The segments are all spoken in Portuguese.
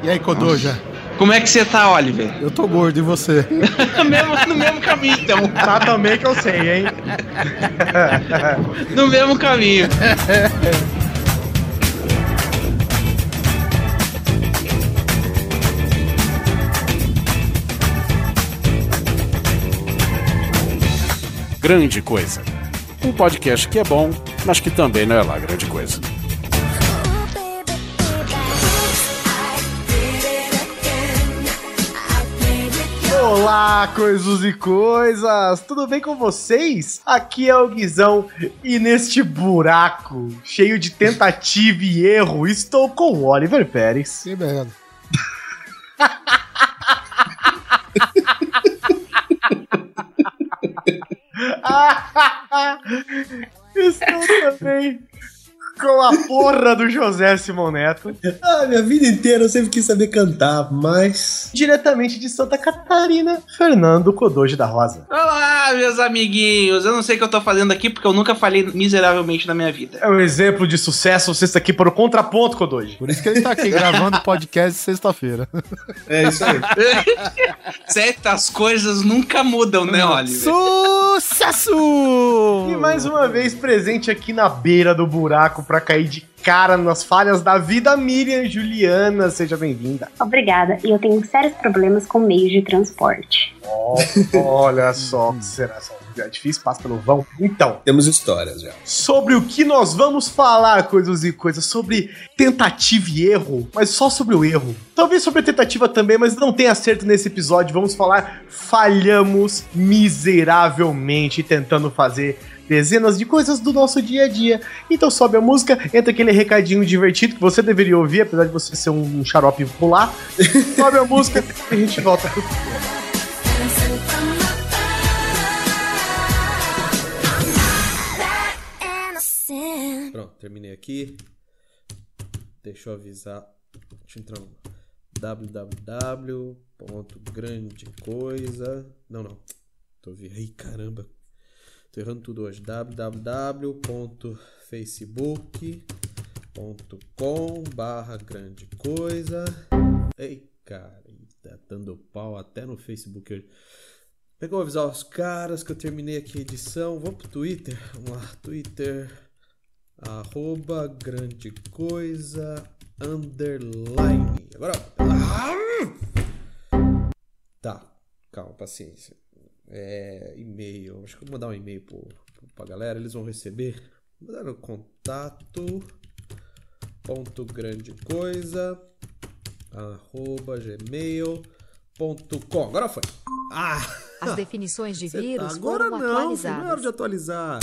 E aí, Kodoja? Como é que você tá, Oliver? Eu tô gordo, e você? No mesmo caminho, então. Tá também que eu sei, hein? No mesmo caminho. Grande Coisa. Um podcast que é bom, mas que também não é lá grande coisa. Olá, coisas e coisas! Tudo bem com vocês? Aqui é o Guizão e neste buraco cheio de tentativa e erro estou com o Oliver Pérez. Que merda. Estou também com a porra do José Simão Neto. Minha vida inteira eu sempre quis saber cantar, mas... Diretamente de Santa Catarina, Fernando Kodoji da Rosa. Olá, meus amiguinhos. Eu não sei o que eu tô fazendo aqui porque eu nunca falei miseravelmente na minha vida. É um exemplo de sucesso, você está aqui para o contraponto, Kodoji. Por isso que ele tá aqui gravando podcast sexta-feira. É isso aí. Certas coisas nunca mudam, né, Oliver? Sucesso! E mais uma vez presente aqui na beira do buraco pra cair de cara nas falhas da vida, Miriam Juliana, seja bem-vinda. Obrigada, e eu tenho sérios problemas com meios de transporte. Olha só, que será? É difícil, passa pelo vão. Então, Temos histórias já. sobre o que nós vamos falar, coisas e coisas, sobre tentativa e erro, mas só sobre o erro. Talvez sobre a tentativa também, mas não tem acerto nesse episódio. Vamos falar, falhamos miseravelmente tentando fazer dezenas de coisas do nosso dia a dia. Então sobe a música, entra aquele recadinho divertido que você deveria ouvir, apesar de você ser um xarope pular. Sobe a música e a gente volta pro programa. Pronto, terminei aqui. Deixa eu avisar. Deixa eu entrar no www.grandecoisa. Não. Tô vendo. Ai, caramba. Tô errando tudo hoje. www.facebook.com/grandecoisa. Ei, cara, tá dando pau até no Facebook hoje. Pegou avisar os caras que eu terminei aqui a edição. Vou pro Twitter. Vamos lá, Twitter. @grandecoisa_ Agora. Tá, calma, paciência. E-mail. Acho que eu vou mandar um e-mail pra galera. Eles vão receber. Mandar no contato.grandecoisa@gmail.com. Agora foi. As definições de vírus agora foram não, atualizadas. não é hora de atualizar.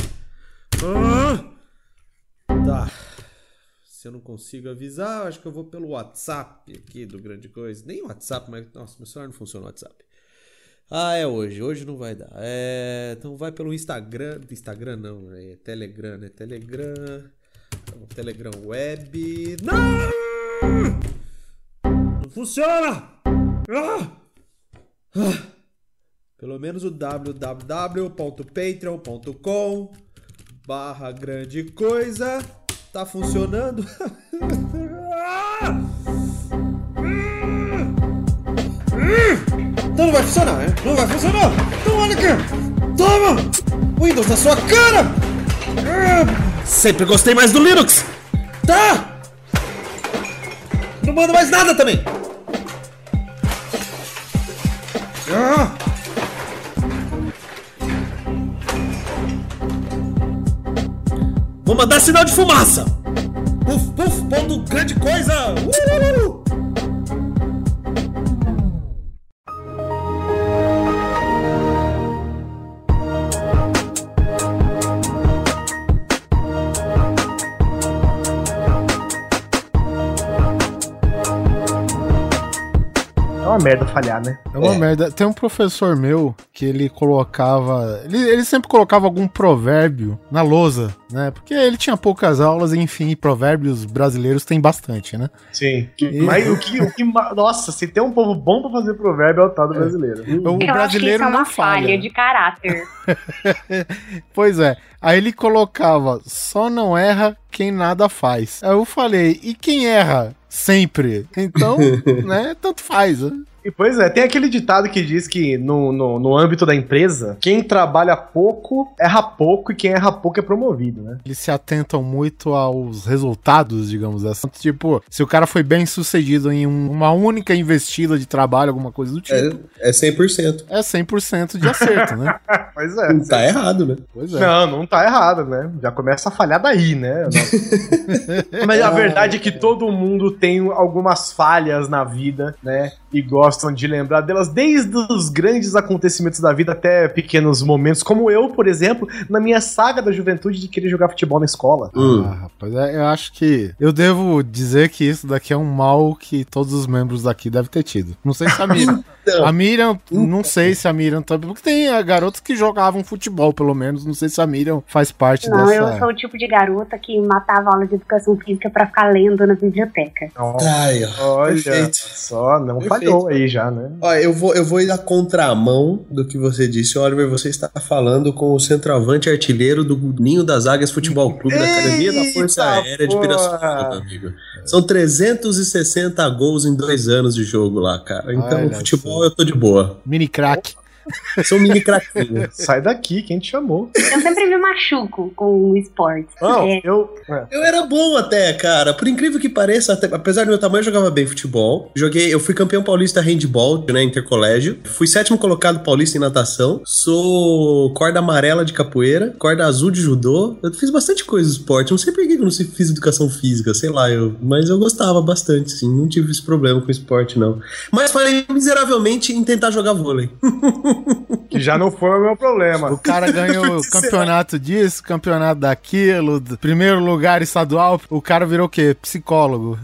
Tá. Se eu não consigo avisar, acho que eu vou pelo WhatsApp aqui do Grande Coisa. Nem WhatsApp, mas... Nossa, meu celular não funciona o WhatsApp. É hoje. Hoje não vai dar. Então vai pelo Instagram. Instagram não, é Telegram, né? Telegram Web. Não! Não funciona! Pelo menos o www.patreon.com/grandecoisa tá funcionando. Então não vai funcionar, né? Não vai funcionar. Então olha aqui. Toma! Windows na sua cara! Sempre gostei mais do Linux. Tá? Não manda mais nada também. Vou mandar sinal de fumaça. Puf, puf, pondo grande coisa. É uma merda falhar, né? É uma merda. Tem um professor meu que ele colocava... Ele sempre colocava algum provérbio na lousa, né? Porque ele tinha poucas aulas, enfim, provérbios brasileiros tem bastante, né? Sim. Mas nossa, se tem um povo bom pra fazer provérbio é o tal do brasileiro. O Eu acho que isso é uma não falha de caráter. Pois é. Aí ele colocava, só não erra quem nada faz. Aí eu falei, e quem erra? Sempre. Então, né, tanto faz, né? E pois é, tem aquele ditado que diz que no âmbito da empresa, quem trabalha pouco, erra pouco, e quem erra pouco é promovido, né? Eles se atentam muito aos resultados, digamos assim. Tipo, se o cara foi bem sucedido em uma única investida de trabalho, alguma coisa do tipo. É 100%. É 100% de acerto, né? Pois é. Não tá errado, né? Pois é. Não tá errado, né? Já começa a falhar daí, né? Mas a verdade é que todo mundo tem algumas falhas na vida, né? E gostam de lembrar delas desde os grandes acontecimentos da vida até pequenos momentos, como eu, por exemplo, na minha saga da juventude de querer jogar futebol na escola. Rapaz, eu acho que eu devo dizer que isso daqui é um mal que todos os membros daqui devem ter tido. Não sei se a Miriam. A Miriam, não sei se a Miriam também, porque tem garotos que jogavam futebol, pelo menos. Não sei se a Miriam faz parte dessa. Não, eu sou o tipo de garota que matava aula de educação física pra ficar lendo na biblioteca. Ai, Olha perfeito. só, não Perfeito. falhou aí já, né? Olha, eu vou ir na contramão do que você disse, Oliver. Você está falando com o centroavante artilheiro do Ninho das Águias Futebol Clube da Academia da Força Aérea de Pirassununga, meu amigo. São 360 gols em 2 anos de jogo lá, cara. Então, Olha futebol eu tô de boa. Mini crack. Sou um mini craquinho. Sai daqui, quem te chamou? Eu sempre me machuco com o esporte. Não, É, eu Eu era bom até, cara. Por incrível que pareça, apesar do meu tamanho, eu jogava bem futebol. Eu fui campeão paulista handball, né, intercolégio. Fui 7º colocado paulista em natação. Sou corda amarela de capoeira, corda azul de judô. Eu fiz bastante coisa no esporte. Não sei por que eu não fiz educação física, sei lá. Mas eu gostava bastante, sim. Não tive esse problema com esporte, não. Mas falei miseravelmente em tentar jogar vôlei. que já não foi o meu problema. O cara ganhou o campeonato disso, campeonato daquilo, primeiro lugar estadual. O cara virou o quê? Psicólogo.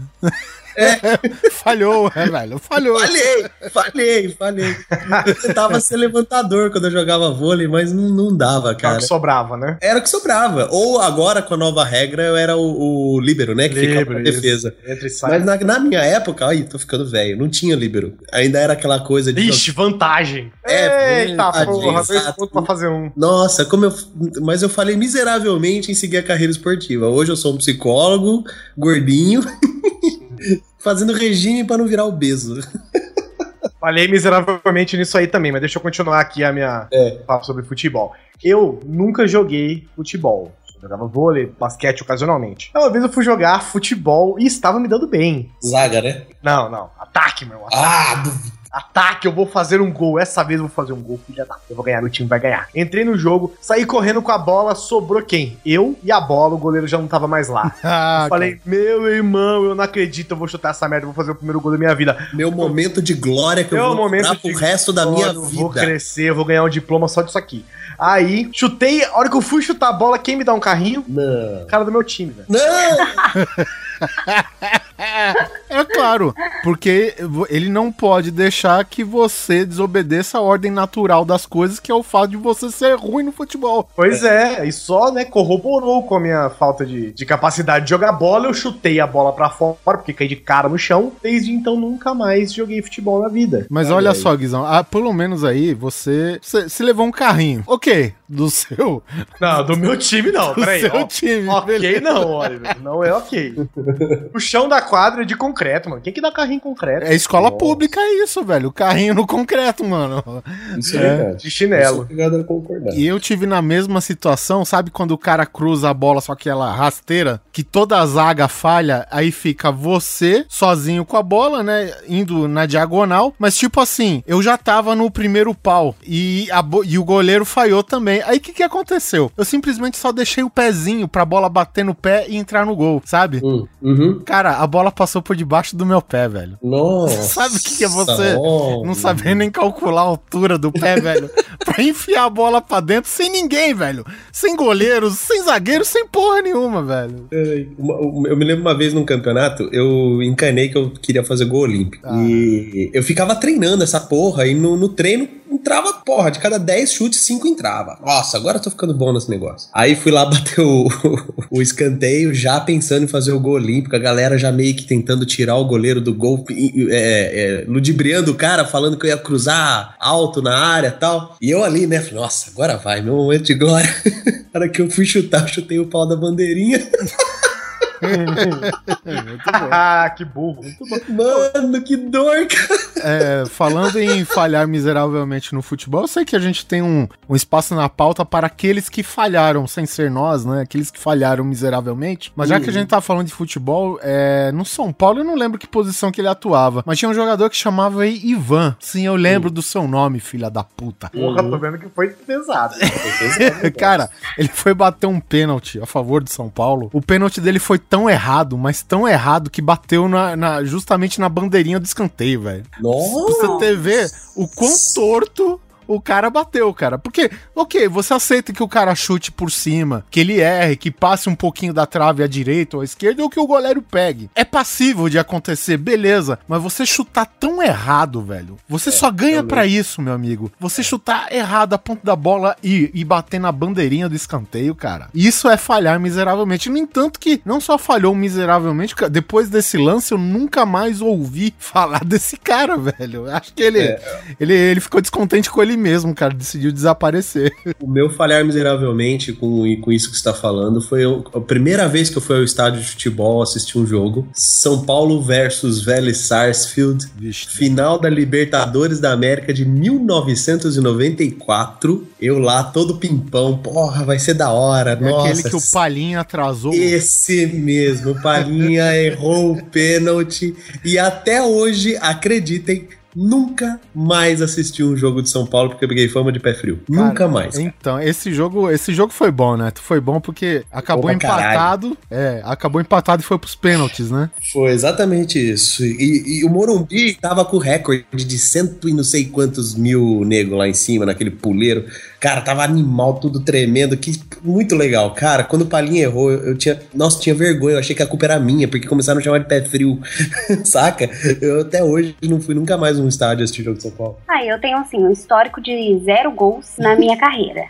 Falhou, velho. Falhou. Falhei. Eu tentava ser levantador quando eu jogava vôlei, mas não dava, cara. Era o que sobrava, né? Era o que sobrava. Ou agora, com a nova regra, eu era o líbero, né? Que ficava na defesa. Entre e sai. Mas na minha época, aí, tô ficando velho, não tinha líbero. Ainda era aquela coisa de... Ixi, vantagem. Eita, porra, 2 pontos pra fazer um. Nossa, mas eu falei miseravelmente em seguir a carreira esportiva. Hoje eu sou um psicólogo, gordinho, fazendo regime pra não virar obeso. Falhei miseravelmente nisso aí também, mas deixa eu continuar aqui a minha papo sobre futebol. Eu nunca joguei futebol. Eu jogava vôlei, basquete ocasionalmente. Uma vez eu fui jogar futebol e estava me dando bem. Zaga, né? Não. Ataque, meu. Ataque, eu vou fazer um gol. Essa vez eu vou fazer um gol, filha da... Eu vou ganhar, meu time vai ganhar. Entrei no jogo, saí correndo com a bola, sobrou quem? Eu e a bola, o goleiro já não tava mais lá. Eu falei, meu irmão, eu não acredito, eu vou chutar essa merda, eu vou fazer o primeiro gol da minha vida. Meu momento de glória que eu vou dar pro resto da minha vida. Eu vou crescer, eu vou ganhar um diploma só disso aqui. Aí, chutei, a hora que eu fui chutar a bola, quem me dá um carrinho? Não. O cara do meu time, velho. Não! É claro, porque ele não pode deixar que você desobedeça a ordem natural das coisas, que é o fato de você ser ruim no futebol. Pois é, e só, né, corroborou com a minha falta de capacidade de jogar bola. Eu chutei a bola pra fora, porque caí de cara no chão. Desde então, nunca mais joguei futebol na vida. Mas olha só, Guizão, pelo menos aí você se levou um carrinho. Ok, do seu... Não, do meu time não, peraí. Do seu time, ok, beleza. não, Oliver, não é ok. O chão da quadra é de concreto, mano. Quem que dá carrinho em concreto? É escola pública isso, velho. O carrinho no concreto, mano. Isso é verdade. De chinelo. Eu sou obrigado a concordar. E eu tive na mesma situação, sabe quando o cara cruza a bola, só que ela rasteira, que toda a zaga falha, aí fica você sozinho com a bola, né, indo na diagonal, mas tipo assim, eu já tava no primeiro pau e o goleiro falhou também. Aí o que aconteceu? Eu simplesmente só deixei o pezinho pra bola bater no pé e entrar no gol, sabe? Uhum. Cara, a bola passou por debaixo do meu pé, velho. Nossa. Sabe o que é você não saber nem calcular a altura do pé, velho? Pra enfiar a bola pra dentro sem ninguém, velho. Sem goleiros, sem zagueiros, sem porra nenhuma, velho. Eu me lembro uma vez num campeonato, eu encanei que eu queria fazer gol olímpico. E eu ficava treinando essa porra, e no treino entrava, porra, de cada 10 chutes, 5 entrava. Nossa, agora eu tô ficando bom nesse negócio. Aí fui lá bater o escanteio, já pensando em fazer o gol olímpico, a galera já meio que tentando tirar o goleiro do gol, ludibriando o cara, falando que eu ia cruzar alto na área e tal. E eu ali, né, falei, nossa, agora vai, meu momento de glória. Na hora que eu fui chutar, eu chutei o pau da bandeirinha. Ah, que burro. Muito bom. Mano, que dor, cara. Falando em falhar miseravelmente no futebol, eu sei que a gente tem um espaço na pauta para aqueles que falharam, sem ser nós, né? Aqueles que falharam miseravelmente. Mas já que a gente tá falando de futebol, no São Paulo eu não lembro que posição que ele atuava, mas tinha um jogador que chamava Ivan. Sim, eu lembro do seu nome, filha da puta. Porra, tô vendo que foi pesado. Cara, ele foi bater um pênalti a favor do São Paulo. O pênalti dele foi tão errado, mas tão errado que bateu justamente na bandeirinha do escanteio, velho. Nossa! Pra você ver o quão torto o cara bateu, cara. Porque, ok, você aceita que o cara chute por cima, que ele erre, que passe um pouquinho da trave à direita ou à esquerda ou que o goleiro pegue. É passível de acontecer, beleza. Mas você chutar tão errado, velho. Você só ganha pra isso, meu amigo. Você chutar errado a ponta da bola e bater na bandeirinha do escanteio, cara. Isso é falhar miseravelmente. No entanto que não só falhou miseravelmente, depois desse lance eu nunca mais ouvi falar desse cara, velho. Acho que ele ficou descontente com ele mesmo, cara, decidiu desaparecer. O meu falhar miseravelmente com isso que você tá falando foi a primeira vez que eu fui ao estádio de futebol assistir um jogo. São Paulo versus Vélez Sarsfield. Vixe. Final da Libertadores da América de 1994. Eu lá, todo pimpão. Porra, vai ser da hora. Nossa. Aquele que o Palhinha atrasou. Esse mesmo. O Palhinha errou o pênalti. E até hoje, acreditem, nunca mais assisti um jogo de São Paulo porque eu peguei fama de pé frio. Cara, nunca mais. Cara. Então, esse jogo foi bom, né? Foi bom porque acabou empatado. Acabou empatado e foi pros pênaltis, né? Foi exatamente isso. E o Morumbi tava com o recorde de 100 e não sei quantos mil negros lá em cima, naquele puleiro. Cara, tava animal, tudo tremendo. Muito legal. Cara, quando o Palhinha errou, tinha vergonha. Eu achei que a culpa era minha, porque começaram a chamar de pé frio. Saca? Eu até hoje não fui nunca mais num estádio assistir jogo de São Paulo. Eu tenho, assim, um histórico de 0 gols na minha carreira.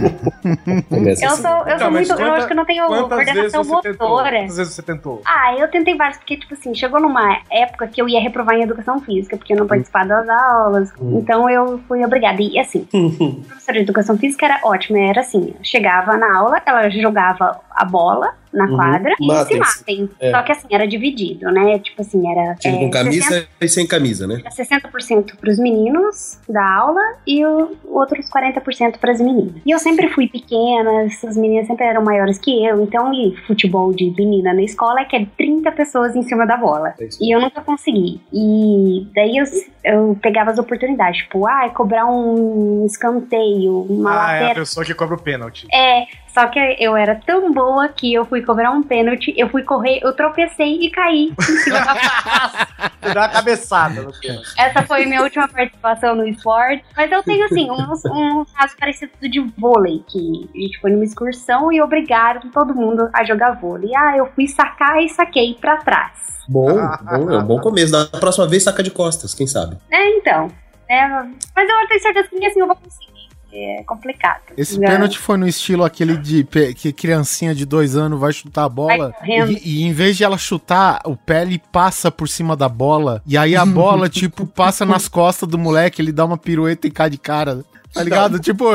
Eu acho que eu não tenho coordenação motora. Quantas vezes você tentou? Eu tentei várias, porque, tipo assim, chegou numa época que eu ia reprovar em educação física, porque eu não participava das aulas. Então eu fui obrigada. E, assim, a professora de educação física era ótima. Era assim, chegava na aula, ela jogava a bola na quadra e se matem. Só que assim, era dividido, né? Tipo assim, era... Tipo com camisa e sem camisa, né? 60% pros meninos da aula e outros 40% pras meninas. E eu sempre fui pequena, essas meninas sempre eram maiores que eu, então e futebol de menina na escola é que é 30 pessoas em cima da bola. E eu nunca consegui. E daí eu pegava as oportunidades, tipo, cobrar um escanteio, uma lateral. É a pessoa que cobra o pênalti. Só que eu era tão boa que eu fui cobrar um pênalti, eu fui correr, eu tropecei e caí em cima da face. Você deu uma cabeçada no pênalti. Essa foi minha última participação no esporte. Mas eu tenho, assim, um caso parecido de vôlei, que a gente foi numa excursão e obrigaram todo mundo a jogar vôlei. Eu fui sacar e saquei pra trás. Bom, é um bom começo. Da próxima vez, saca de costas, quem sabe? Então. Mas eu tenho certeza que assim eu vou conseguir. É complicado. Esse pênalti foi no estilo aquele de que criancinha de 2 anos vai chutar a bola e em vez de ela chutar, o pé ele passa por cima da bola e aí a bola, tipo, passa nas costas do moleque, ele dá uma pirueta e cai de cara. Tá ligado? Tipo,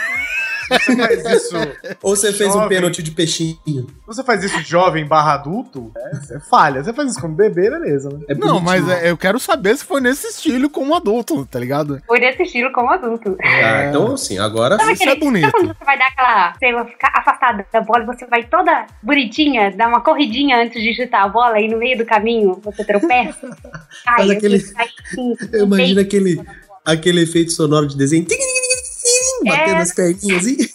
Você faz isso. Ou você fez um pênalti de peixinho. Você faz isso jovem / adulto, é falha. Você faz isso como bebê, beleza, né? Não, mas eu quero saber se foi nesse estilo como adulto, tá ligado? Foi nesse estilo como adulto. Então, assim, agora isso é bonito. Sabe quando você vai dar aquela... Você vai ficar afastada da bola e você vai toda bonitinha, dar uma corridinha antes de chutar a bola e no meio do caminho você tropeça? Faz aquele... Eu imagino aquele efeito sonoro de desenho. Batendo as perninhas assim.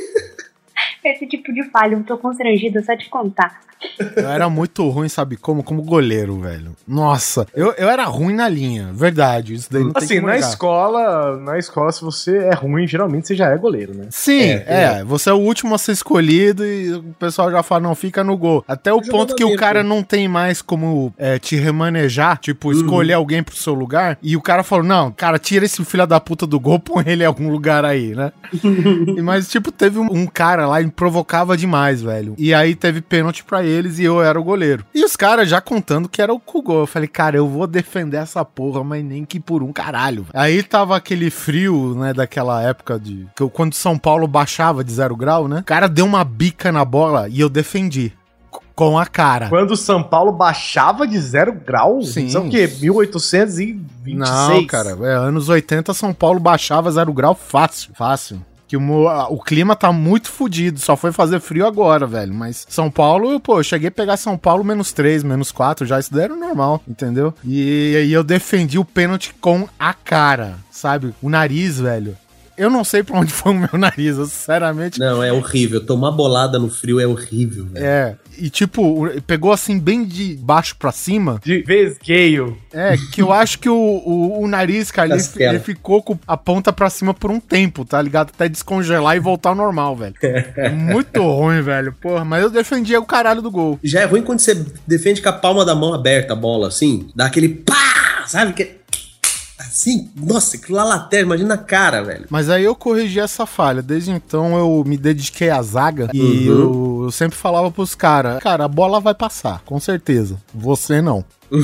Esse tipo de falha, eu tô constrangida só de contar. Eu era muito ruim, sabe como? Como goleiro, velho. Nossa, eu era ruim na linha, verdade. Isso daí não tem assim, na escola, se você é ruim, geralmente você já é goleiro, né? Sim, você é o último a ser escolhido e o pessoal já fala, não, fica no gol. Até o ponto que o cara não tem mais como te remanejar, tipo, escolher alguém pro seu lugar. E o cara falou, não, cara, tira esse filho da puta do gol, põe ele em algum lugar aí, né? Mas, tipo, teve um cara lá e provocava demais, velho. E aí teve pênalti pra eles e eu era o goleiro. E os caras já contando que era o gol. Eu falei, cara, eu vou defender essa porra, mas nem que por um caralho. Aí tava aquele frio, né, daquela época quando São Paulo baixava de 0 grau, né? O cara deu uma bica na bola e eu defendi. Com a cara. Quando São Paulo baixava de 0 grau? Sim. São o quê? 1826? Não, cara. Anos 80, São Paulo baixava 0 grau fácil. Que o clima tá muito fodido, só foi fazer frio agora, velho. Mas São Paulo, eu cheguei a pegar São Paulo -3, -4, já isso daí era normal, entendeu? E aí eu defendi o pênalti com a cara, sabe? O nariz, velho. Eu não sei pra onde foi o meu nariz, eu, sinceramente. Não, é horrível. Tomar bolada no frio é horrível, velho. É, e tipo, pegou assim bem de baixo pra cima. De vesgueio. É, que eu acho que o nariz, cara, ele ficou com a ponta pra cima por um tempo, tá ligado? Até descongelar e voltar ao normal, velho. Muito ruim, velho. Porra, mas eu defendia o caralho do gol. Já é ruim quando você defende com a palma da mão aberta a bola, assim. Dá aquele pá, sabe? Que... Assim, nossa, aquilo lá lateral, imagina a cara, velho. Mas aí eu corrigi essa falha. Desde então eu me dediquei à zaga e eu sempre falava pros caras, cara, a bola vai passar, com certeza. Você não.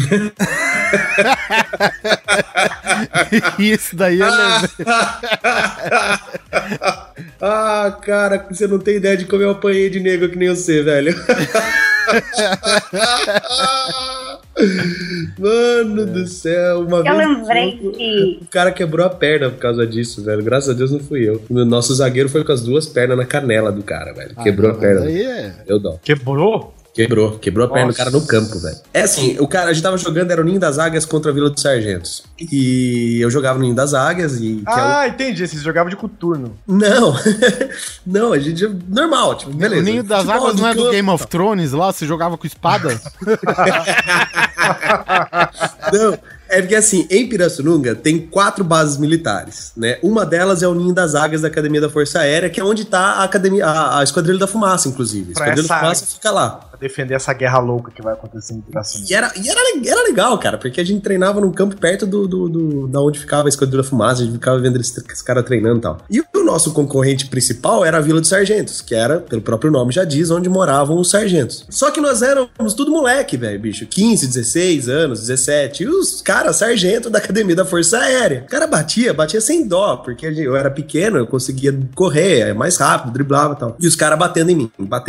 Isso daí eu levei. Ah, cara, você não tem ideia de como eu apanhei de nego que nem você, velho. Mano do céu, uma vez. Eu lembrei que. O cara quebrou a perna por causa disso, velho. Graças a Deus não fui eu. O nosso zagueiro foi com as duas pernas na canela do cara, velho. Quebrou a perna. Aí é. Deu dó. Quebrou? Quebrou a perna do cara no campo, velho. É assim, o cara, a gente tava jogando, era o Ninho das Águias contra a Vila dos Sargentos. E eu jogava no Ninho das Águias e... entendi, vocês jogavam de coturno. Não, não, a gente... Normal, tipo, beleza. O Ninho das Águias não é do Game of Thrones lá? Você jogava com espada? Não, é porque assim, em Pirassununga tem 4 bases militares, né? Uma delas é o Ninho das Águias da Academia da Força Aérea, que é onde tá a academia, a Esquadrilha da Fumaça, inclusive. A Esquadrilha da Fumaça fica lá. Pra defender essa guerra louca que vai acontecer em Pirassununga. E era legal, cara, porque a gente treinava num campo perto da onde ficava a Esquadrilha da Fumaça, a gente ficava vendo esses caras treinando e tal. E o nosso concorrente principal era a Vila dos Sargentos, que era, pelo próprio nome já diz, onde moravam os sargentos. Só que nós éramos tudo moleque, velho, bicho. 15, 16 anos, 17. E os caras, sargento da Academia da Força Aérea. O cara batia sem dó, porque eu era pequeno, eu conseguia correr mais rápido, driblava e tal. E os caras batendo em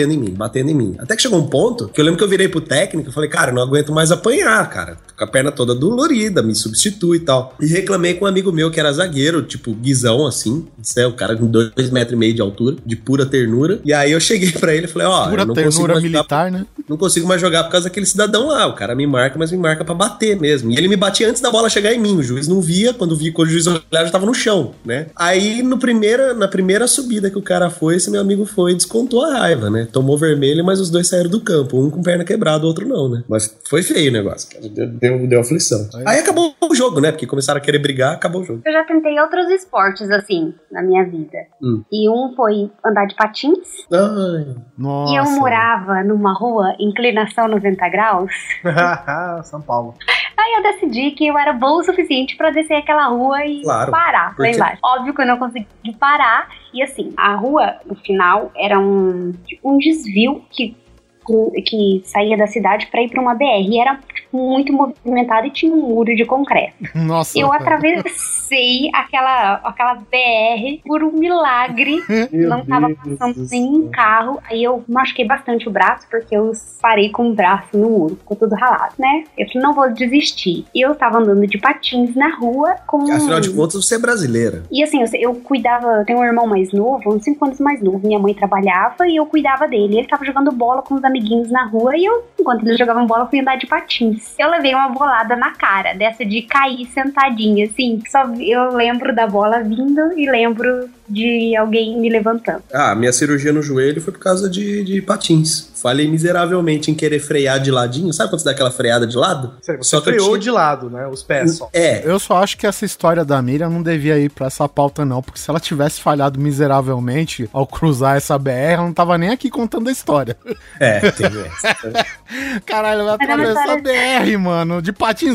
mim. Até que chegou um ponto que eu lembro que eu virei pro técnico e falei, cara, eu não aguento mais apanhar, cara. Tô com a perna toda dolorida, me substitui e tal. E reclamei com um amigo meu que era zagueiro, tipo, guizão, assim. Isso é o cara com 2,5 metros de altura, de pura ternura. E aí eu cheguei pra ele e falei, ó, pura eu não ternura militar, né? Não consigo mais jogar por causa daquele cidadão lá. O cara me marca, mas me marca pra bater mesmo. E ele me batia antes da bola chegar em mim. O juiz não via. Quando o juiz olhava, já tava no chão, né? Aí, na primeira subida que o cara foi, esse meu amigo foi e descontou a raiva, né? Tomou vermelho, mas os dois saíram do campo. Um com perna quebrada, o outro não, né? Mas foi feio o negócio, cara. Deu aflição. Aí acabou o jogo, né? Porque começaram a querer brigar, acabou o jogo. Eu já tentei outros esportes, assim, na minha vida. E um foi andar de patins. Ai. Nossa. E eu morava numa rua, inclinação 90 graus. São Paulo. Aí eu decidi que eu era boa o suficiente pra descer aquela rua e parar lá embaixo. Óbvio que eu não consegui parar. E assim, a rua, no final, era um desvio que saía da cidade pra ir pra uma BR. E era muito movimentado e tinha um muro de concreto. Nossa. Eu atravessei aquela BR por um milagre. Não tava passando nenhum carro. Aí eu machuquei bastante o braço, porque eu parei com o braço no muro. Ficou tudo ralado, né? Eu falei, não vou desistir. E eu tava andando de patins na rua com... Afinal de contas, você é brasileira. E assim, eu cuidava... Eu tenho um irmão mais novo, uns 5 anos mais novo. Minha mãe trabalhava e eu cuidava dele. Ele tava jogando bola com os amiguinhos na rua e eu, enquanto eles jogavam bola, eu fui andar de patins. Eu levei uma bolada na cara, dessa de cair sentadinha, assim. Só eu lembro da bola vindo e lembro de alguém me levantando. Minha cirurgia no joelho foi por causa de patins. Falei miseravelmente em querer frear de ladinho. Sabe quando você dá aquela freada de lado? Você freou de lado, né? Os pés só. É. Eu só acho que essa história da Miriam não devia ir pra essa pauta, não. Porque se ela tivesse falhado miseravelmente ao cruzar essa BR, ela não tava nem aqui contando a história. É, tem essa. Caralho, ela atravessou a BR, mano, de patins.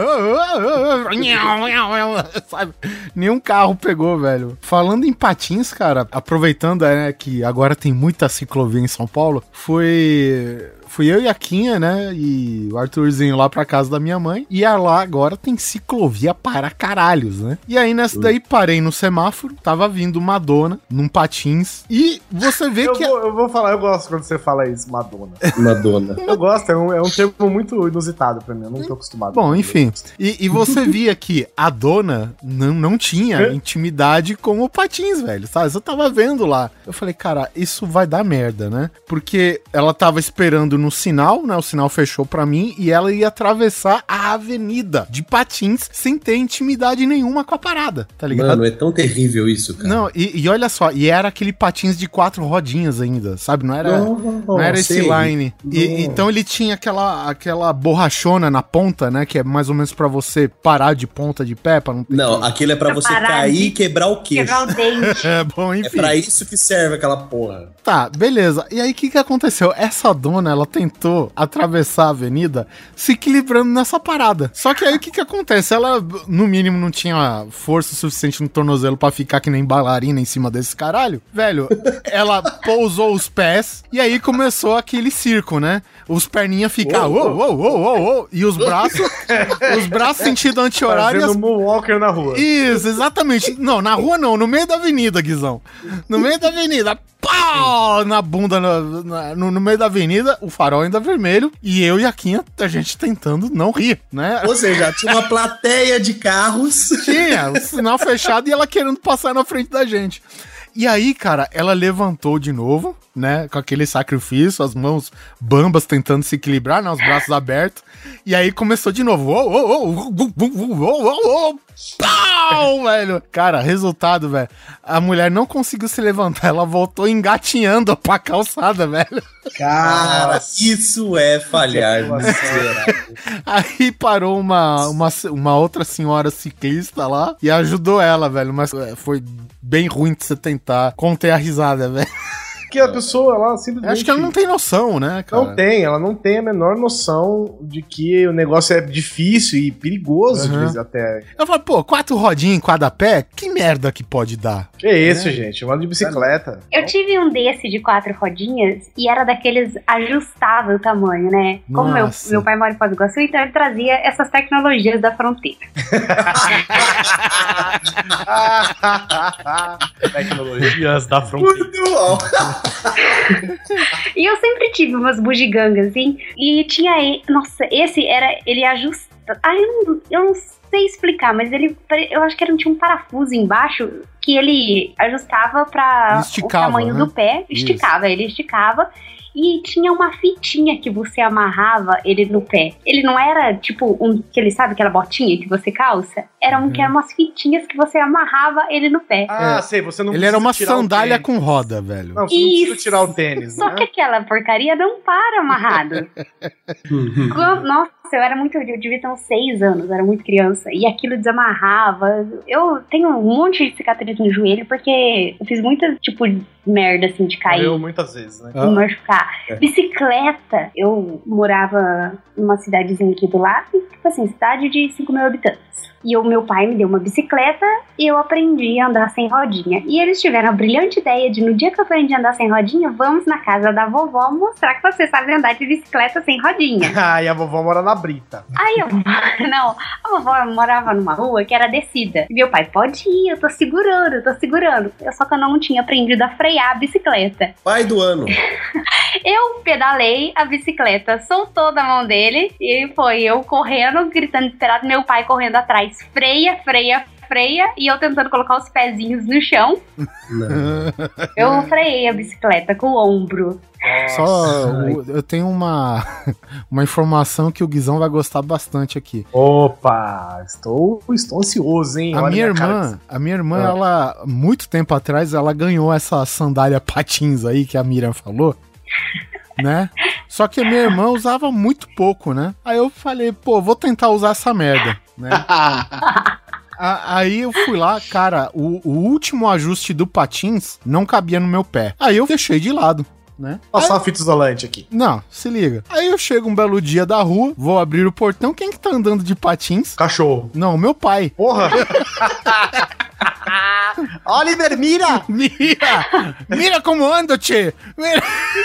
Sabe? Nenhum carro pegou, velho. Falando em patins, cara, aproveitando que agora tem muita ciclovia em São Paulo, fui eu e a Quinha, né? E o Arthurzinho lá pra casa da minha mãe. E lá agora tem ciclovia para caralhos, né? E aí nessa daí parei no semáforo, tava vindo Madonna num patins. E você vê que... Eu vou falar, eu gosto quando você fala isso, Madonna. Madonna. Eu gosto, é um termo muito inusitado pra mim, eu não tô acostumado. Bom, enfim. E você via que a dona não tinha intimidade com o patins, velho, sabe? Eu tava vendo lá. Eu falei, cara, isso vai dar merda, né? Porque ela tava esperando no sinal, né? O sinal fechou pra mim e ela ia atravessar a avenida de patins sem ter intimidade nenhuma com a parada, tá ligado? Mano, é tão terrível isso, cara. Não, e olha só, e era aquele patins de 4 rodinhas ainda, sabe? Não era esse line. Então ele tinha aquela borrachona na ponta, né? Que é mais ou menos pra você parar de ponta de pé, pra não ter... Não, aquilo é pra você cair e quebrar o queixo. Quebrar o dente. É bom, enfim. É pra isso que serve aquela porra. Tá, beleza. E aí, o que aconteceu? Essa dona, ela tentou atravessar a avenida se equilibrando nessa parada. Só que aí, o que acontece? Ela, no mínimo, não tinha força suficiente no tornozelo pra ficar que nem bailarina em cima desse caralho. Velho, ela pousou os pés e aí começou aquele circo, né? Os perninhas ficavam... E os braços sentido anti-horário... Fazendo Moonwalker na rua. Isso, exatamente. Não, na rua não, no meio da avenida, Guizão. No meio da avenida, pau! Na bunda, no meio da avenida, o farol ainda vermelho, e eu e a Quinha, a gente tentando não rir, né? Ou seja, tinha uma plateia de carros. Tinha, o sinal fechado e ela querendo passar na frente da gente. E aí, cara, ela levantou de novo, né, com aquele sacrifício, as mãos bambas tentando se equilibrar, né, os braços abertos. E aí começou de novo. Pau, velho. Cara, resultado, velho. A mulher não conseguiu se levantar, ela voltou engatinhando pra calçada, velho. Cara, isso é falhar. Aí parou uma outra senhora ciclista lá e ajudou ela, velho. Mas foi bem ruim de você tentar conter a risada, velho. Que a pessoa, ela simplesmente... Acho que ela não tem noção, né, cara? Ela não tem a menor noção de que o negócio é difícil e perigoso, de vez até. Eu falo, pô, 4 rodinhas em cada pé, que merda que pode dar? Que isso, gente? Eu ando de bicicleta. Eu tive um desse de 4 rodinhas e era daqueles ajustável o tamanho, né? Como meu pai mora em Foz do Iguaçu, então ele trazia essas tecnologias da fronteira. Tecnologias da fronteira. Muito bom. E eu sempre tive umas bugigangas, assim. E tinha... Nossa, esse era... Ele ajusta... eu não sei explicar, mas eu acho que tinha um parafuso embaixo que ele ajustava pra o tamanho do pé. Ele esticava. E tinha uma fitinha que você amarrava ele no pé. Ele não era tipo ele sabe aquela botinha que você calça? Era que eram umas fitinhas que você amarrava ele no pé. Sei, você não Ele era uma sandália com roda, velho. Não, você não precisa tirar o tênis, Só que aquela porcaria não para amarrado. Nossa, eu devia ter uns 6 anos, eu era muito criança. E aquilo desamarrava. Eu tenho um monte de cicatriz no joelho porque eu fiz muita, merda, assim, de cair. Eu muitas vezes, né? Me machucar. Bicicleta. Eu morava numa cidadezinha aqui do lado, cidade de 5 mil habitantes. E o meu pai me deu uma bicicleta e eu aprendi a andar sem rodinha. E eles tiveram a brilhante ideia de, no dia que eu aprendi a andar sem rodinha, vamos na casa da vovó mostrar que você sabe andar de bicicleta sem rodinha. E a vovó mora na Brita. A vovó morava numa rua que era descida. E meu pai, pode ir, eu tô segurando. Só que eu não tinha aprendido a frear a bicicleta. Pai do ano. Eu pedalei a bicicleta, soltou da mão dele e foi eu correndo, gritando desesperado, meu pai correndo atrás, freia, e eu tentando colocar os pezinhos no chão. Eu freiei a bicicleta com o ombro. Eu tenho uma informação que o Guizão vai gostar bastante aqui. Opa, estou ansioso, hein? A minha irmã, ela, muito tempo atrás, ela ganhou essa sandália patins aí que a Miriam falou. Né? Só que a minha irmã usava muito pouco, né? Aí eu falei, vou tentar usar essa merda, né? Aí eu fui lá, cara, o último ajuste do patins não cabia no meu pé. Aí eu deixei de lado, né? Passar uma fita isolante aqui. Não, se liga. Aí eu chego um belo dia da rua, vou abrir o portão, quem que tá andando de patins? Cachorro. Não, meu pai. Porra! Oliver, mira! Mira como ando, tchê! Mira.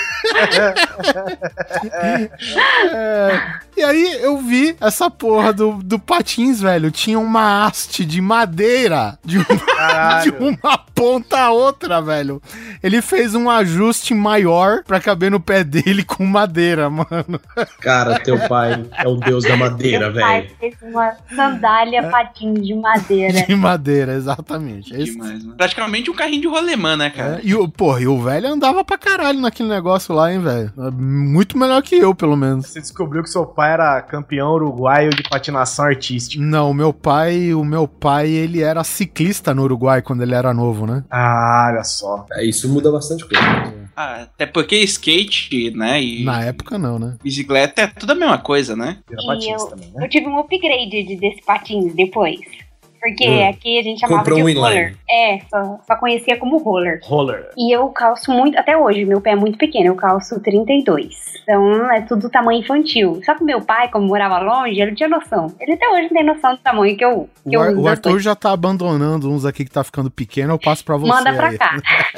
E aí eu vi essa porra do Patins, velho. Tinha uma haste de madeira de uma ponta a outra, velho. Ele fez um ajuste maior pra caber no pé dele com madeira, mano. Cara, teu pai é o deus da madeira, Meu pai velho. fez uma sandália Patins de madeira. De madeira, exatamente. É isso. Demais, mano. Praticamente um carrinho de rolemã, né, cara? E o velho andava pra caralho naquele negócio lá, hein, velho. Muito melhor que eu, pelo menos. Você descobriu que seu pai era campeão uruguaio de patinação artística. Não, o meu pai, ele era ciclista no Uruguai quando ele era novo, né? Ah, olha só. Isso muda bastante coisa. Até porque skate, né, e Na época não, né? bicicleta é tudo a mesma coisa, né? Vira E patins também, né? eu tive um upgrade desse Patins depois. Porque aqui a gente chamava Comprou de um inline. roller. Só conhecia como roller. Roller. E eu calço muito, até hoje, meu pé é muito pequeno, eu calço 32. Então é tudo tamanho infantil. Só que meu pai, como morava longe, ele tinha noção. Ele até hoje não tem noção do tamanho que eu uso. O das Arthur coisas. já tá abandonando uns aqui que tá ficando pequeno, eu passo pra você. Manda pra aí. cá.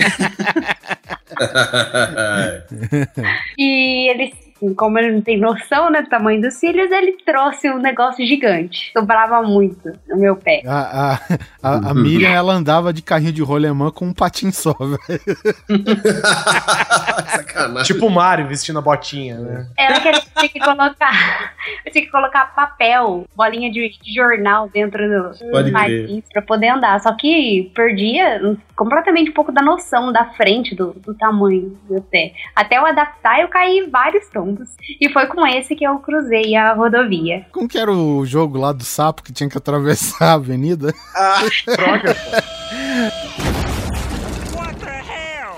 E ele, como ele não tem noção, né, do tamanho dos cílios, ele trouxe um negócio gigante. Sobrava muito no meu pé. A Miriam, ela andava de carrinho de rolemã com um patinho só, velho. Sacanagem. Tipo o Mario vestindo a botinha, né? Era que eu tinha que colocar. Eu tinha que colocar papel, bolinha de jornal dentro do Pode patins pra poder andar. Só que perdia completamente um pouco da noção da frente do tamanho do pé. Até eu adaptar, eu caí vários tombos. E foi com esse que eu cruzei a rodovia. Como que era o jogo lá do sapo que tinha que atravessar a avenida? Ah, droga. What the hell?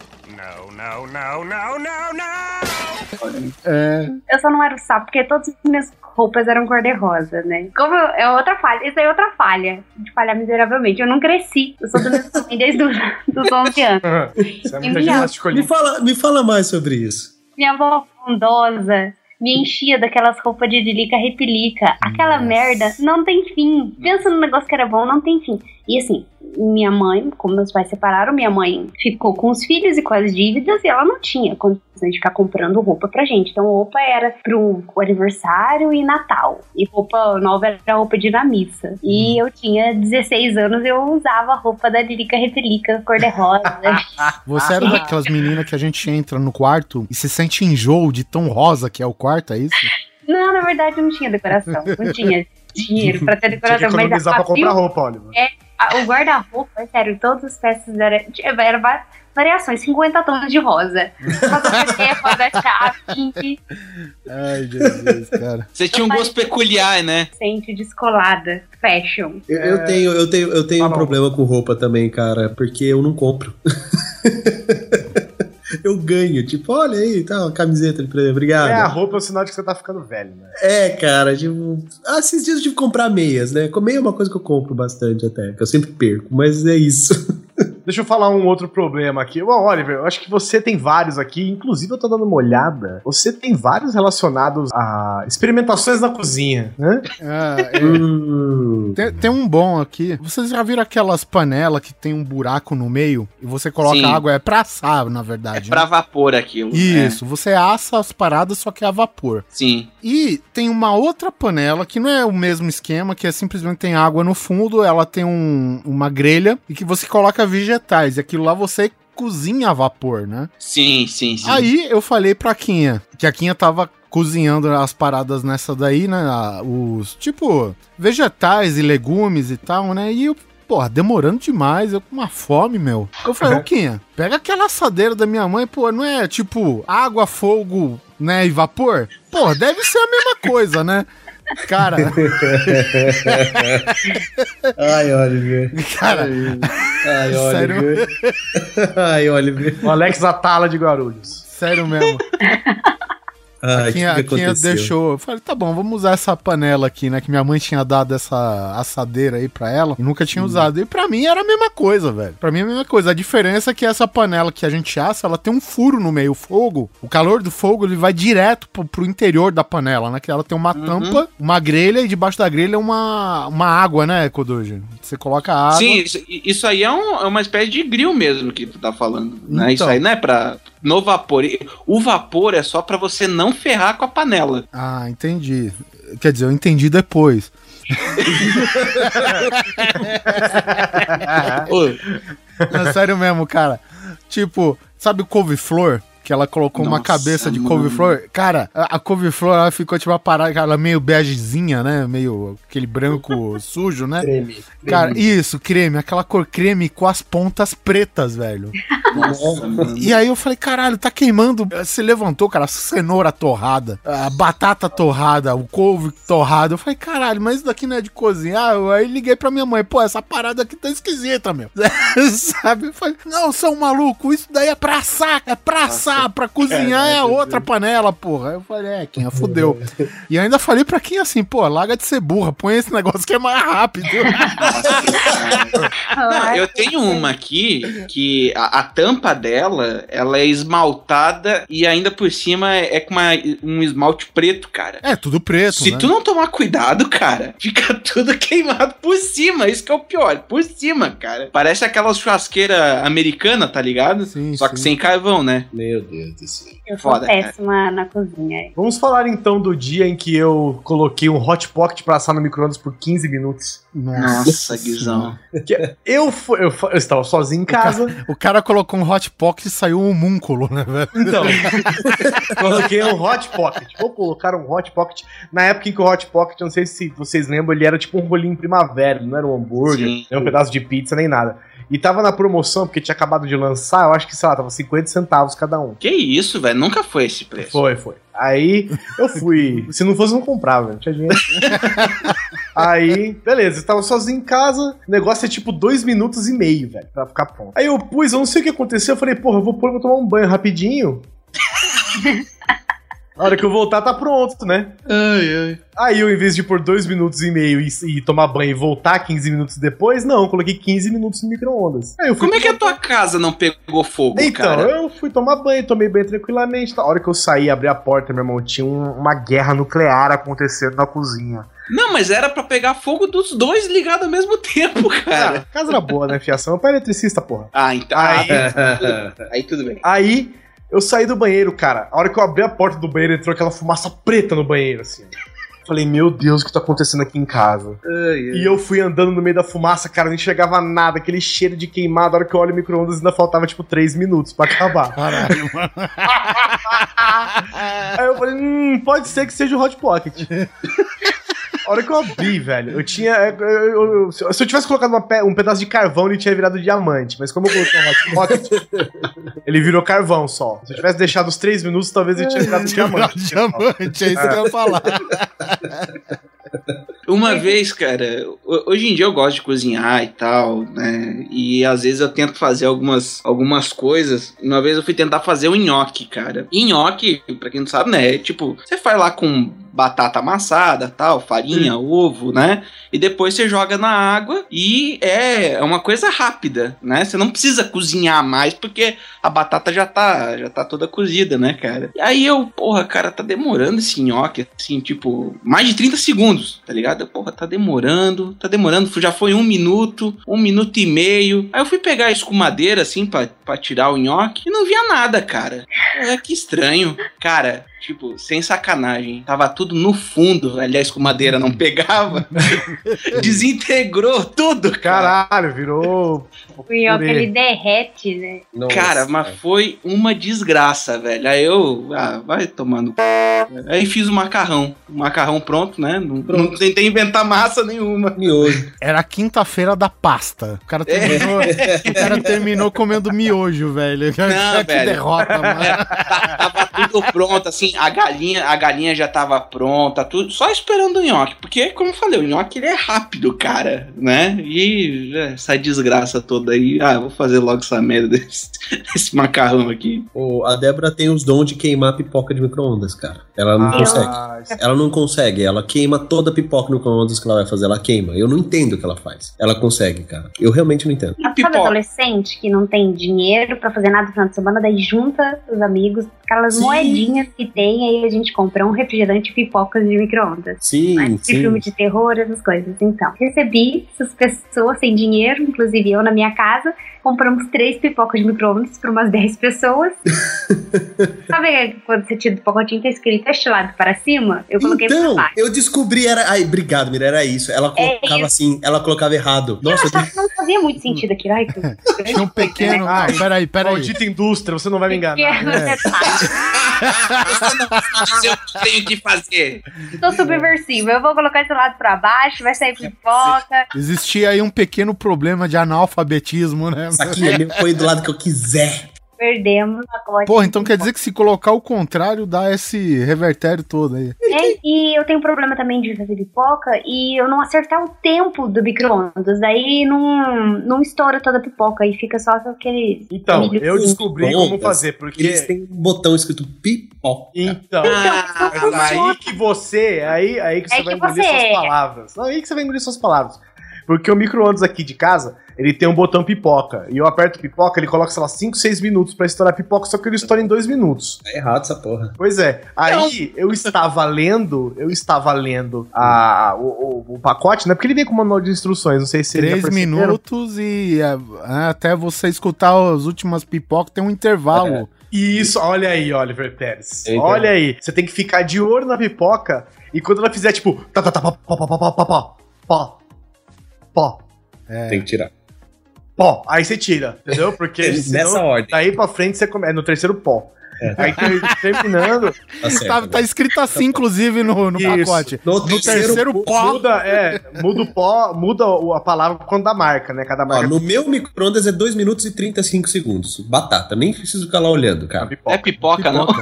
No. Eu só não era o sapo, porque todas as minhas roupas eram cor-de-rosa, né? Como é outra falha, isso aí é outra falha. De falhar miseravelmente. Eu não cresci. Eu sou do mesmo tamanho desde os 11 anos. Isso é muita minha- ginástica Me olímpica. fala mais sobre isso. Minha avó bondosa me enchia daquelas roupas de repelica. Aquela merda não tem fim. Pensa no negócio que era bom, não tem fim. E assim, minha mãe, como meus pais separaram, minha mãe ficou com os filhos e com as dívidas e ela não tinha condições de ficar comprando roupa pra gente. Então roupa era pro aniversário e Natal. E roupa nova era roupa de ir na missa. E eu tinha 16 anos e eu usava a roupa da Lirica Repelica cor-de-rosa. Você era daquelas meninas que a gente entra no quarto e se sente enjoo de tão rosa que é o quarto, é isso? Não, na verdade eu não tinha decoração. Não tinha dinheiro pra ter Tinha que decoração. Mas economizar pra comprar roupa, Oliver. o guarda-roupa, é sério, todas as peças eram variações, 50 tons de rosa. Rosa chave, pink, Ai, Jesus, cara. Você tinha um gosto peculiar, né? sente descolada, fashion. Eu tenho um não. problema com roupa também, cara, porque eu não compro. Eu ganho, tipo, olha aí, tá, uma camiseta de presente, obrigado. A roupa é o sinal de que você tá ficando velho, né? Cara, tipo, esses dias eu tive que comprar meias, né? Meia é uma coisa que eu compro bastante até, que eu sempre perco, mas é isso. Deixa eu falar um outro problema aqui. Bom, Oliver, eu acho que você tem vários aqui, inclusive eu tô dando uma olhada. Você tem vários relacionados a experimentações na cozinha, né? Tem um bom aqui. Vocês já viram aquelas panelas que tem um buraco no meio e você coloca Sim. água? É pra assar, na verdade. Pra vapor aquilo. Isso, você assa as paradas, só que é a vapor. Sim. E tem uma outra panela que não é o mesmo esquema, que é simplesmente tem água no fundo, ela tem uma grelha e que você coloca vegetais. E aquilo lá você cozinha a vapor, né? Sim. Aí eu falei pra Quinha, que a Quinha tava cozinhando as paradas nessa daí, né? Os, tipo, vegetais e legumes e tal, né? E eu, porra, demorando demais, eu com uma fome, meu. Eu falei, ô Quinha, pega aquela assadeira da minha mãe, pô, não é tipo água, fogo, né, e vapor? Pô, deve ser a mesma coisa, né? Cara. Ai, Oliver. Cara. Ai, Sério? Oliver. Ai, Oliver. O Alex Atala de Guarulhos. Sério mesmo. Ai, A Quinha deixou. Eu falei, tá bom, vamos usar essa panela aqui, né? Que minha mãe tinha dado essa assadeira aí pra ela e nunca tinha usado. E pra mim era a mesma coisa, velho. Pra mim é a mesma coisa. A diferença é que essa panela que a gente assa, ela tem um furo no meio. O fogo, o calor do fogo, ele vai direto pro interior da panela, né? Que ela tem uma tampa, uma grelha e debaixo da grelha uma água, né, Kodoji? Você coloca água. Sim, isso aí é uma espécie de grill mesmo que tu tá falando, né? Então. Isso aí não é pra... No vapor. O vapor é só pra você não ferrar com a panela. Ah, entendi. Quer dizer, eu entendi depois. Não, sério mesmo, cara. Tipo, sabe o couve-flor? Que ela colocou uma cabeça de couve-flor. Cara, a couve-flor, ela ficou tipo uma parada, ela meio begezinha, né? Meio aquele branco sujo, né? Creme. Cara, isso, creme. Aquela cor creme com as pontas pretas, velho. Nossa, mano. E aí eu falei, caralho, tá queimando. Você levantou, cara, a cenoura torrada, a batata torrada, o couve torrado. Eu falei, caralho, mas isso daqui não é de cozinhar? Aí liguei pra minha mãe, pô, essa parada aqui tá esquisita, meu. Sabe? Eu falei, não, seu maluco, isso daí é pra assar, pra cozinhar é a outra panela, porra. Aí eu falei, Quinha, fudeu. E ainda falei pra Quinha assim, pô, larga de ser burra, põe esse negócio que é mais rápido. Não, eu tenho uma aqui que a tampa dela, ela é esmaltada e ainda por cima é com um esmalte preto, cara. É, tudo preto, Se né? tu não tomar cuidado, cara, fica tudo queimado por cima. Isso que é o pior, por cima, cara. Parece aquelas churrasqueiras americanas, tá ligado? Sim, Só que sim. sem carvão, né? Meu Deus do céu. Eu sou Foda, cara. péssima na cozinha. Vamos falar então do dia em que eu coloquei um hot pocket pra assar no micro-ondas por 15 minutos. Nossa, Guizão. Que eu estava sozinho em casa. O cara colocou um hot pocket e saiu um homúnculo, né, velho? Então, coloquei um hot pocket. Vou colocar um hot pocket. Na época em que o hot pocket, eu não sei se vocês lembram, ele era tipo um rolinho primavera, não era um hambúrguer, Sim. nem um pedaço de pizza, nem nada. E tava na promoção, porque tinha acabado de lançar, eu acho que, sei lá, tava 50 centavos cada um. Que isso, velho? Nunca foi esse preço. Foi. Aí eu fui. Se não fosse, eu não comprava, velho. Não tinha dinheiro. Aí, beleza, eu tava sozinho em casa. O negócio é tipo 2 minutos e meio, velho, pra ficar pronto. Aí eu pus, eu não sei o que aconteceu. Eu falei, porra, eu vou tomar um banho rapidinho. A hora que eu voltar, tá pronto, né? Aí eu, em vez de pôr 2 minutos e meio e tomar banho e voltar 15 minutos depois, não, eu coloquei 15 minutos no micro-ondas. Aí eu fui Como é que a tua casa não pegou fogo, Então, cara? eu fui tomar banho, tomei banho tranquilamente. A hora que eu saí, abri a porta, meu irmão, tinha uma guerra nuclear acontecendo na cozinha. Não, mas era pra pegar fogo dos dois ligados ao mesmo tempo, cara. A casa era boa, né, fiação? Meu pai é eletricista, porra. Ah, então. Aí tudo bem. Aí, eu saí do banheiro, cara. A hora que eu abri a porta do banheiro, entrou aquela fumaça preta no banheiro, assim. Falei, meu Deus, o que tá acontecendo aqui em casa? E eu fui andando no meio da fumaça, cara, não enxergava nada, aquele cheiro de queimado. A hora que eu olho o micro-ondas, ainda faltava, tipo, 3 minutos pra acabar. Caralho, mano. Aí eu falei, pode ser que seja o Hot Pocket. A hora que eu abri, velho, eu tinha... se eu tivesse colocado um pedaço de carvão, ele tinha virado diamante. Mas como eu coloquei um Hot Pocket, ele virou carvão só. Se eu tivesse deixado os 3 minutos, talvez ele tinha virado diamante. Diamante, é isso que eu ia falar. Uma vez, cara, hoje em dia eu gosto de cozinhar e tal, né? E às vezes eu tento fazer algumas coisas. Uma vez eu fui tentar fazer o nhoque, cara. E nhoque, pra quem não sabe, né? É tipo, você faz lá com batata amassada, tal, farinha, ovo, né? E depois você joga na água e é uma coisa rápida, né? Você não precisa cozinhar mais porque a batata já tá toda cozida, né, cara? E aí porra, cara, tá demorando esse nhoque, assim, tipo, mais de 30 segundos, tá ligado? Porra, tá demorando, já foi 1 minuto, 1 minuto e meio. Aí eu fui pegar a escumadeira, assim, pra tirar o nhoque e não via nada, cara. Que estranho. Cara, tipo, sem sacanagem, tava tudo no fundo, velho, a escumadeira não pegava, desintegrou tudo, cara. Caralho, virou... O nhoque, ele derrete, né? Nossa, cara, mas foi uma desgraça, velho. Aí eu, vai tomando. Aí fiz o macarrão pronto, né? Não tentei inventar massa nenhuma. miojo. Era a quinta-feira da pasta. O cara terminou comendo miojo, velho. Não, que velho. derrota, mano. Tava tudo pronto, assim, assim, a galinha já tava pronta, tudo, só esperando o nhoque. Porque, como eu falei, o nhoque ele é rápido, cara, né? E essa desgraça toda aí, vou fazer logo essa merda desse macarrão aqui. A Débora tem os dons de queimar pipoca de micro-ondas, cara. Ela não consegue. Ela não consegue. Ela queima toda a pipoca no micro-ondas que ela vai fazer. Ela queima. Eu não entendo o que ela faz. Ela consegue, cara. Eu realmente não entendo. Sabe adolescente que não tem dinheiro pra fazer nada no final de semana, daí junta os amigos, aquelas moedinhas que tem, aí a gente compra um refrigerante e pipocas de micro-ondas. Sim, de filme de terror, essas coisas. Então, recebi essas pessoas sem dinheiro, inclusive eu na minha casa, compramos 3 pipocas de micro-ondas para umas 10 pessoas. Sabe quando você tira o pacotinho, tá escrito este lado para cima? Eu coloquei então, pra baixo. eu descobri, obrigado, Mira, era isso. Ela colocava assim, ela colocava errado. Nossa, não fazia muito sentido aquilo. Ai, tinha um pequeno... Peraí. Maldita indústria, você não vai me enganar. Você não sabe o que eu tenho que fazer. Tô subversivo. Eu vou colocar esse lado pra baixo, vai sair pipoca. Existia aí um pequeno problema de analfabetismo, né? Isso aqui põe do lado que eu quiser. Perdemos a pacote. Porra, então quer dizer que se colocar o contrário, dá esse revertério todo aí. E eu tenho um problema também de fazer pipoca e eu não acertar o tempo do micro-ondas. Daí não estoura toda a pipoca e fica só aquele... Então, eu descobri como fazer, porque... Eles têm um botão escrito pipoca. Então aí que você... Aí que você vai engolir suas palavras. Aí que você vai engolir suas palavras. Porque o micro-ondas aqui de casa, ele tem um botão pipoca. E eu aperto pipoca, ele coloca, sei lá, 5, 6 minutos pra estourar pipoca, só que ele estoura em 2 minutos. É errado essa porra. Pois é. Aí eu estava lendo o pacote, né? Porque ele vem com o manual de instruções, não sei se 3 minutos e até você escutar as últimas pipocas tem um intervalo. Isso, olha aí, Oliver Pérez. Olha aí. Você tem que ficar de olho na pipoca e quando ela fizer, tipo... Pó. Tem que tirar. Pó. Aí você tira, entendeu? Porque nessa ordem. Daí pra frente você começa. No terceiro pó. Aí terminando. Tá certo, tá escrito assim, inclusive, no pacote. No terceiro pó. Muda o pó, muda a palavra quando dá marca, né? Cada marca. No meu micro-ondas é 2 minutos e 35 segundos. Batata, nem preciso ficar lá olhando, cara. É pipoca, não?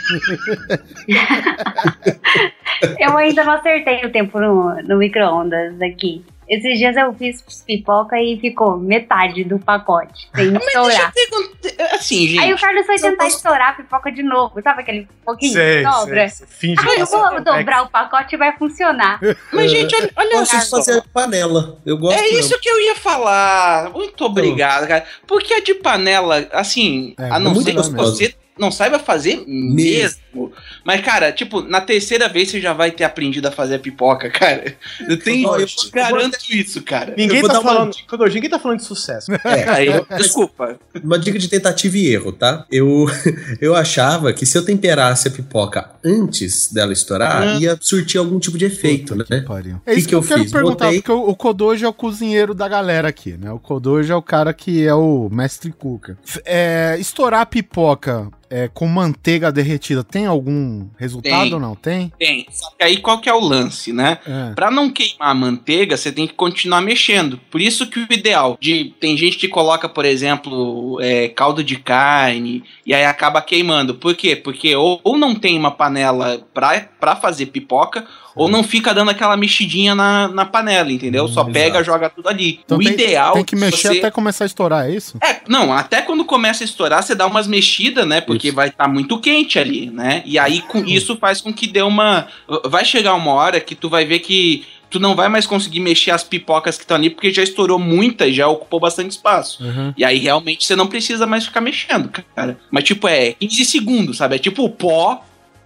Eu ainda não acertei o tempo no micro-ondas aqui. Esses dias eu fiz pipoca e ficou metade do pacote, sem estourar. Assim, gente... Aí o Carlos foi tentar estourar a pipoca de novo, sabe aquele pouquinho que sobra? Finge eu vou dobrar o pacote e vai funcionar. Mas, gente, olha eu gosto de fazer panela. Eu gosto isso que eu ia falar. Muito obrigado, cara. Porque a de panela, assim, a não ser que você não saiba fazer mesmo. Mas, cara, tipo, na terceira vez você já vai ter aprendido a fazer a pipoca, cara. Eu garanto isso, cara. Ninguém tá falando de sucesso. Desculpa. Uma dica de tentativa e erro, tá? Eu achava que se eu temperasse a pipoca antes dela estourar, ia surtir algum tipo de efeito, né? É isso que eu quero perguntar, porque o Kodoji é o cozinheiro da galera aqui, né? O Kodoji é o cara que é o mestre cooker. Estourar a pipoca com manteiga derretida, tem algum resultado ou não? Tem? Tem. Só que aí qual que é o lance, né? Pra não queimar a manteiga, você tem que continuar mexendo. Por isso que o ideal tem gente que coloca, por exemplo, caldo de carne e aí acaba queimando. Por quê? Porque ou não tem uma panela pra fazer pipoca, ou não fica dando aquela mexidinha na panela, entendeu? Só pega, joga tudo ali. Então ideal... Tem que mexer até começar a estourar, é isso? Não, até quando começa a estourar, você dá umas mexidas, né? Porque vai estar muito quente ali, né? E aí isso faz com que dê uma... Vai chegar uma hora que tu vai ver que tu não vai mais conseguir mexer as pipocas que estão ali, porque já estourou muita e já ocupou bastante espaço. E aí realmente você não precisa mais ficar mexendo, cara. Mas tipo, 15 segundos, sabe? É tipo pó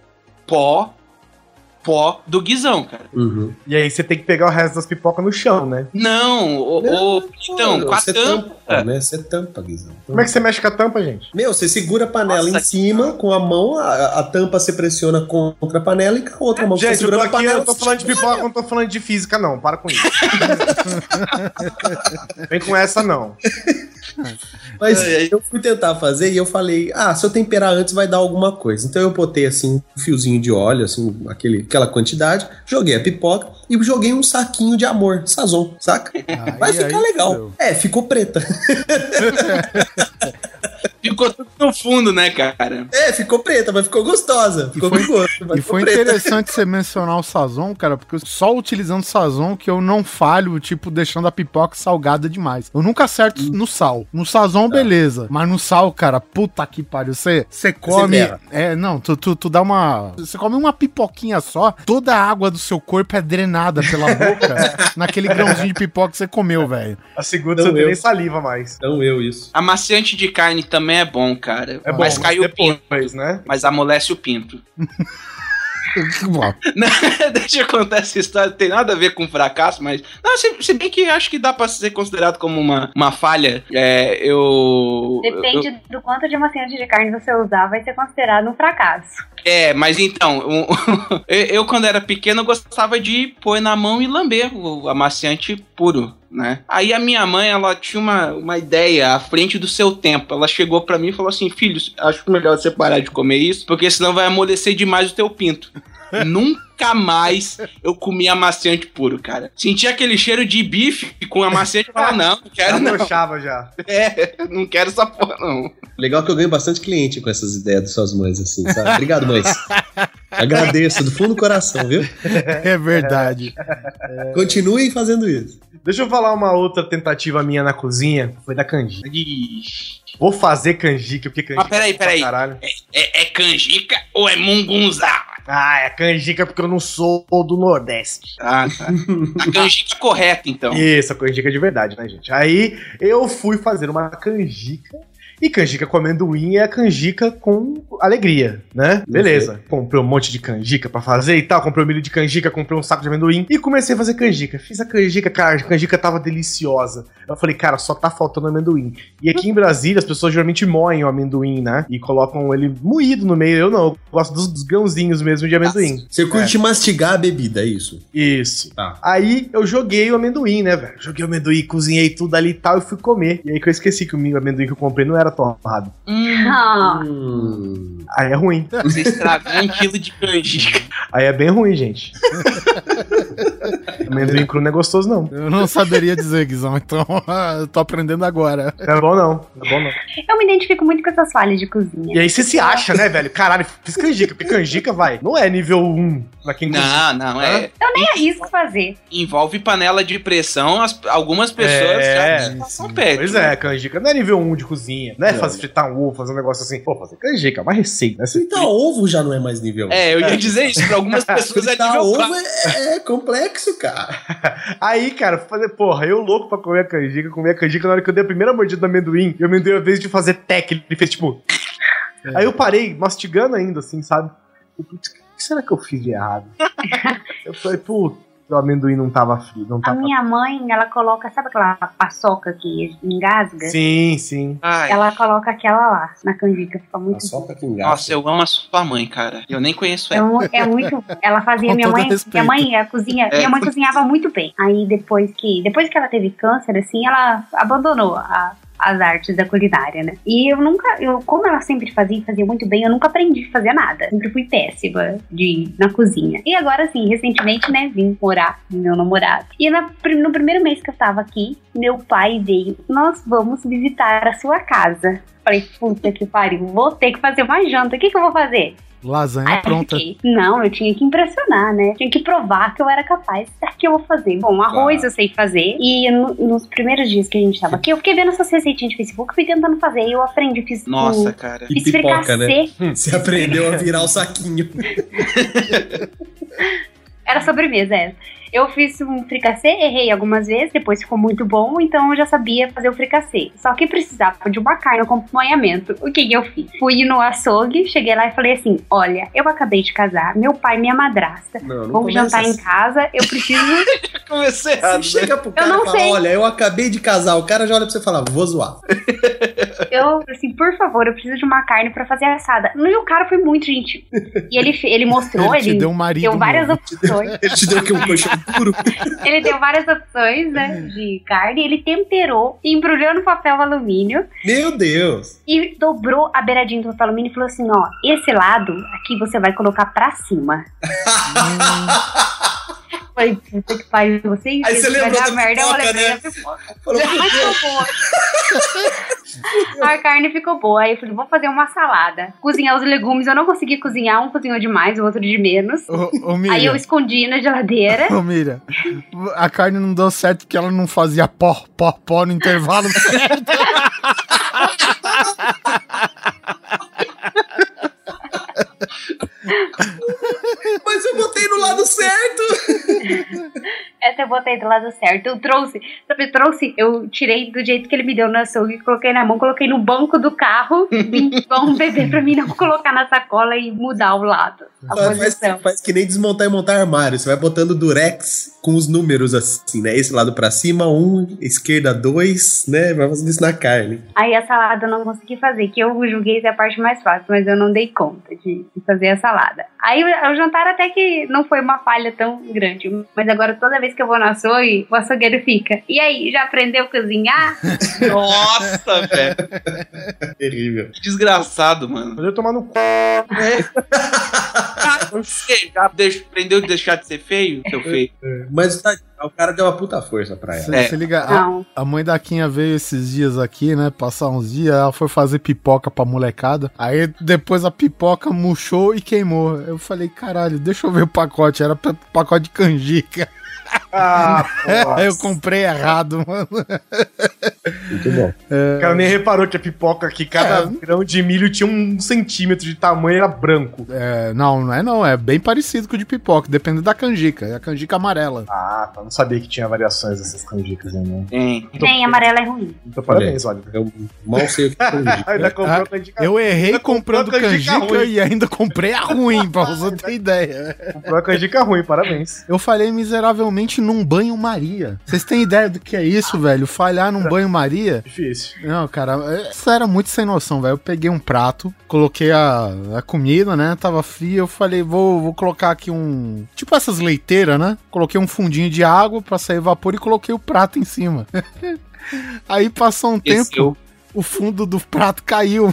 do guizão, cara. E aí você tem que pegar o resto das pipocas no chão, né? Não, então, com a tampa. Né? Você tampa, guizão. Como é que você mexe com a tampa, gente? Você segura a panela em cima, com a mão, a tampa você pressiona contra a panela e com a outra mão você segura a panela. Eu tô falando de pipoca, não tô falando de física, não. Para com isso. Vem com essa, não. Mas eu fui tentar fazer e eu falei, se eu temperar antes vai dar alguma coisa. Então eu botei assim um fiozinho de óleo, assim, aquela quantidade, joguei a pipoca e joguei um saquinho de amor, sazon, saca? Vai ficar legal. Ficou preta. Ficou tudo no fundo, né, cara? Ficou preta, mas ficou gostosa. Ficou com gosto, mas E foi preta. interessante você mencionar o Sazon, cara, porque só utilizando o Sazon que eu não falho, tipo, deixando a pipoca salgada demais. Eu nunca acerto no sal. No Sazon, beleza. Mas no sal, cara, puta que pariu. Você come... erra. Tu dá uma... Você come uma pipoquinha só, toda a água do seu corpo é drenada pela boca naquele grãozinho de pipoca que você comeu, velho. A segunda você não tem nem saliva mais. Então isso. Amaciante de carne também é bom, cara. É bom, mas cai o pinto. depois, né? Mas amolece o pinto. Deixa eu contar essa história, não tem nada a ver com fracasso, mas... Não, se bem que acho que dá pra ser considerado como uma falha. Depende do quanto de amaciante de carne você usar, vai ser considerado um fracasso. Mas então, eu quando era pequeno eu gostava de pôr na mão e lamber o amaciante puro, né? Aí a minha mãe, ela tinha uma ideia à frente do seu tempo. Ela chegou pra mim e falou assim: filho, acho melhor você parar de comer isso, porque senão vai amolecer demais o teu pinto. Nunca mais eu comi amaciante puro, cara. Senti aquele cheiro de bife com amaciante e falava, não quero não. Broxava já. Não quero essa porra, não. Legal que eu ganho bastante cliente com essas ideias das suas mães, assim, sabe? Obrigado, mães. Agradeço do fundo do coração, viu? É verdade. Continuem fazendo isso. Deixa eu falar uma outra tentativa minha na cozinha. Foi da canjica. Vou fazer canjica, porque canjica... Peraí. Caralho. É canjica ou é mungunzá? É canjica porque eu não sou do Nordeste. Tá. A canjica correta, então. Isso, a canjica de verdade, né, gente? Aí eu fui fazer uma canjica. E canjica com amendoim é a canjica com alegria, né? Beleza. Comprei um monte de canjica pra fazer e tal. Comprei um milho de canjica, comprei um saco de amendoim. E comecei a fazer canjica. Fiz a canjica, cara. A canjica tava deliciosa. Eu falei, cara, só tá faltando amendoim. E aqui em Brasília, as pessoas geralmente moem o amendoim, né? E colocam ele moído no meio. Eu não. Eu gosto dos grãozinhos mesmo de amendoim. Você curte mastigar a bebida, é isso? Isso. Tá. Aí eu joguei o amendoim, né, velho? Joguei o amendoim, cozinhei tudo ali e tal. E fui comer. E aí que eu esqueci que o amendoim que eu comprei não era torrado. Aí é ruim. Você estragou 1 quilo de canjica. Aí é bem ruim, gente. Amendoim cru não é gostoso, não. Eu não saberia dizer, Guizão, então eu tô aprendendo agora. Não é bom, não. Eu me identifico muito com essas falhas de cozinha. E aí você se acha, né, velho? Caralho, fiz canjica, porque canjica, vai. Não é nível 1 pra quem cozinha. Não, é. Eu nem arrisco fazer. Envolve panela de pressão, algumas pessoas já passam perto. Pois é, canjica não é nível 1 de cozinha. Não é fazer fritar um ovo, fazer um negócio assim. Pô, fazer canjica, é uma receita, né? Fritar ovo já não é mais nível 1. Eu ia dizer isso, pra algumas pessoas é Fritar nível ovo 4. é complexo, cara. Aí, cara, fazer, porra, eu louco pra comer a canjica, na hora que eu dei a primeira mordida do amendoim, eu me dei a vez de fazer tec, ele fez tipo... Aí eu parei, mastigando ainda, assim, sabe? Eu, putz, o que será que eu fiz de errado? Eu falei, putz, o amendoim não tava frio, não tava... A minha mãe, ela coloca, sabe aquela paçoca que engasga? Sim. Ela coloca aquela lá, na canjica, fica muito bom. Que engasga. Nossa, eu amo a sua mãe, cara. Eu nem conheço ela. É muito... Ela fazia... Com Minha todo mãe respeito. Minha mãe cozinhava muito bem. Aí depois que ela teve câncer, assim, ela abandonou as artes da culinária, né? E como ela sempre fazia muito bem, eu nunca aprendi a fazer nada. Sempre fui péssima na cozinha. E agora, assim, recentemente, né, vim morar com meu namorado. E no primeiro mês que eu tava aqui, meu pai veio, nós vamos visitar a sua casa. Falei, puta que pariu, vou ter que fazer uma janta, o que eu vou fazer? Lasanha pronta. Eu tinha que impressionar, né? Tinha que provar que eu era capaz. O que eu vou fazer? Bom, arroz eu sei fazer. E nos primeiros dias que a gente tava aqui, eu fiquei vendo essas receitinhas de Facebook, fui tentando fazer. E eu aprendi, fiz cara. fiz pipoca, fricassê. né? Você aprendeu a virar o saquinho. Era sobremesa, essa. Eu fiz um fricassê, errei algumas vezes, depois ficou muito bom, então eu já sabia fazer o fricassê. Só que precisava de uma carne com acompanhamento. O que eu fiz? Fui no açougue, cheguei lá e falei assim, olha, eu acabei de casar, meu pai e minha madrasta vão jantar em casa, eu preciso... Comecei errado, Você chega pro cara e fala, olha, eu acabei de casar, o cara já olha pra você e fala, vou zoar. Eu, assim, por favor, eu preciso de uma carne pra fazer assada. E o cara foi muito gentil. E ele mostrou, ele deu um marido deu várias opções. Ele te deu o que? Um colchão puro? Ele deu várias opções, né, de carne. Ele temperou, embrulhou no papel alumínio. Meu Deus! E dobrou a beiradinha do papel alumínio e falou assim, ó, esse lado aqui você vai colocar pra cima. Falei, puta que pariu, vocês. Aí você lembrou da merda, eu pipoca, lembrei né? da pipoca. Falou, Mas ficou boa. A carne ficou boa. Aí eu falei, vou fazer uma salada. Cozinhar os legumes, eu não consegui cozinhar. Um cozinhou demais, o outro de menos. Ô, Miriam. Aí eu escondi na geladeira. Ô, Miriam, a carne não deu certo porque ela não fazia pó no intervalo certo. mas eu botei no lado certo. Essa eu botei do lado certo. Eu trouxe, eu tirei do jeito que ele me deu no açougue, coloquei na mão, coloquei no banco do carro, vim um bebê pra mim não colocar na sacola e mudar o lado. Faz que nem desmontar e montar armário. Você vai botando durex com os números assim, né? Esse lado pra cima, 1, esquerda 2, né? Vai fazendo isso na carne. Aí a salada eu não consegui fazer, que eu julguei ser a parte mais fácil, mas eu não dei conta de fazer a salada. Aí o jantar até que não foi uma falha tão grande, mas agora toda vez que eu vou no açougue, o açougueiro fica: e aí, já aprendeu a cozinhar? Nossa, velho. Terrível. Que desgraçado, mano. Podia tomar no c... Você já aprendeu de deixar de ser feio, seu feio? Mas tá, o cara deu uma puta força pra ela. Você liga, a mãe da Quinha veio esses dias aqui, né? Passar uns dias, ela foi fazer pipoca pra molecada. Aí depois a pipoca murchou e queimou. Eu falei, caralho, deixa eu ver o pacote. Era pacote de canjica. Ah, eu comprei errado, mano. Muito bom. O cara nem reparou que a pipoca aqui, cada grão de milho tinha 1 centímetro de tamanho, era branco. Não é bem parecido com o de pipoca, depende da canjica, é a canjica amarela. Ah, tá, não sabia que tinha variações dessas canjicas aí, né? Tem, amarela é ruim. Então parabéns, Oliver. Eu mal sei o que é canjica. Ainda comprou canjica. Eu errei Ainda comprando comprou canjica ruim. e ainda comprei a ruim, pra você ter ideia. Comprou a canjica ruim, parabéns. Eu falhei miseravelmente num banho-maria. Vocês têm ideia do que é isso, velho? Falhar num banho-maria? Difícil. Não, cara, isso era muito sem noção, velho. Eu peguei um prato, coloquei a comida, né? Tava fria, eu falei, vou colocar aqui um... tipo essas leiteiras, né? Coloquei um fundinho de água pra sair vapor e coloquei o prato em cima. Aí passou um tempo, o fundo do prato caiu.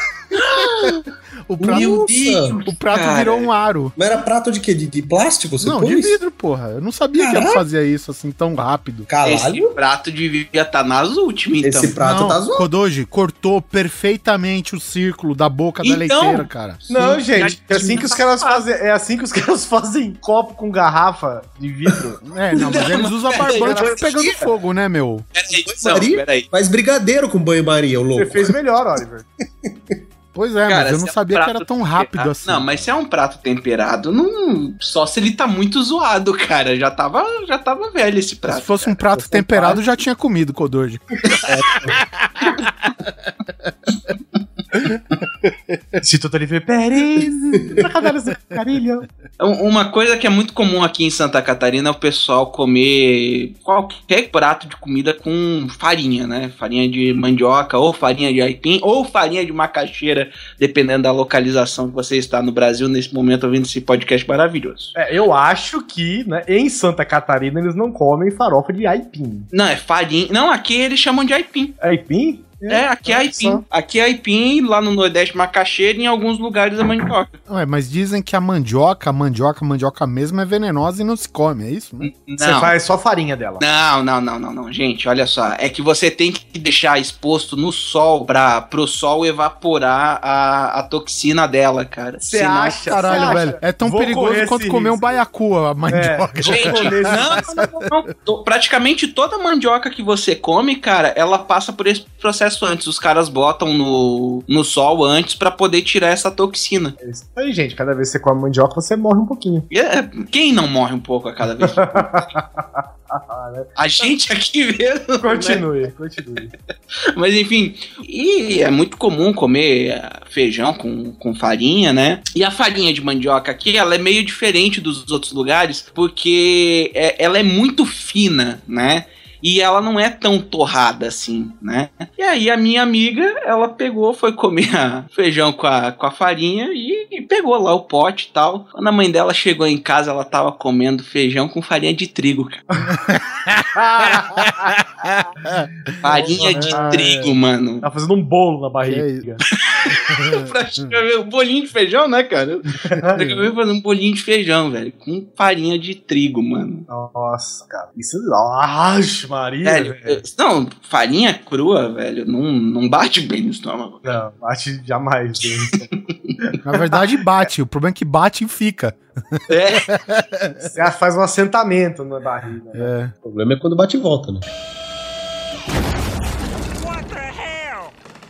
O prato cara, virou um aro. Mas era prato de quê? De plástico? Você não, pôs? de vidro, porra. Eu não sabia que ela fazia isso assim tão rápido. Caralho. Esse prato devia estar nas últimas, então. Esse prato tá zoado. Kodoji cortou perfeitamente o círculo da boca da leiteira, cara. Não, gente, é assim que os caras fazem. É assim que os caras fazem copo com garrafa de vidro. Mas eles usam barbante pegando fogo, né, meu? Peraí. Faz brigadeiro com banho-maria, o louco. Você fez melhor, Oliver. Pois é, cara, mas eu não sabia que era tão rápido assim. Não, mas se é um prato temperado, não... só se ele tá muito zoado, cara. Já tava velho esse prato. Se fosse um prato temperado, já tinha comido, Kodoji. Instituto Oliver Pérez. Carilho. Uma coisa que é muito comum aqui em Santa Catarina é o pessoal comer qualquer prato de comida com farinha, né? Farinha de mandioca, ou farinha de aipim, ou farinha de macaxeira, dependendo da localização que você está no Brasil nesse momento ouvindo esse podcast maravilhoso. Eu acho que, né, em Santa Catarina eles não comem farofa de aipim. Não, é farinha. Não, aqui eles chamam de aipim. Aipim? Aqui é aipim. Aqui é aipim, lá no Nordeste macaxeira e em alguns lugares é mandioca. Mas dizem que a mandioca mesmo é venenosa e não se come, é isso, né? Você faz só farinha dela. Não, gente, olha só. É que você tem que deixar exposto no sol pro sol evaporar a toxina dela, cara. Você acha? Caralho, velho. É tão perigoso quanto comer um baiacu, a mandioca. Gente, não. Praticamente toda mandioca que você come, cara, ela passa por esse processo antes. Os caras botam no sol antes pra poder tirar essa toxina. É isso aí, gente. Cada vez que você come mandioca, você morre um pouquinho. Quem não morre um pouco a cada vez? A gente aqui mesmo. Continue. Mas enfim, e é muito comum comer feijão com farinha, né? E a farinha de mandioca aqui, ela é meio diferente dos outros lugares, porque ela é muito fina, né? E ela não é tão torrada assim, né? E aí a minha amiga, ela pegou, foi comer feijão com a farinha e pegou lá o pote e tal. Quando a mãe dela chegou em casa, ela tava comendo feijão com farinha de trigo, cara. Farinha de trigo, mano. Tá fazendo um bolo na barriga. Pra escrever um bolinho de feijão, né, cara? Eu acabei fazendo um bolinho de feijão, velho, com farinha de trigo, mano. Nossa, cara. Isso. Nossa, Maria. Velho, não, farinha crua, velho, não bate bem no estômago. Não, bate jamais. Na verdade, bate. O problema é que bate e fica. Você faz um assentamento na barriga. É. O problema é quando bate e volta, né? What the hell?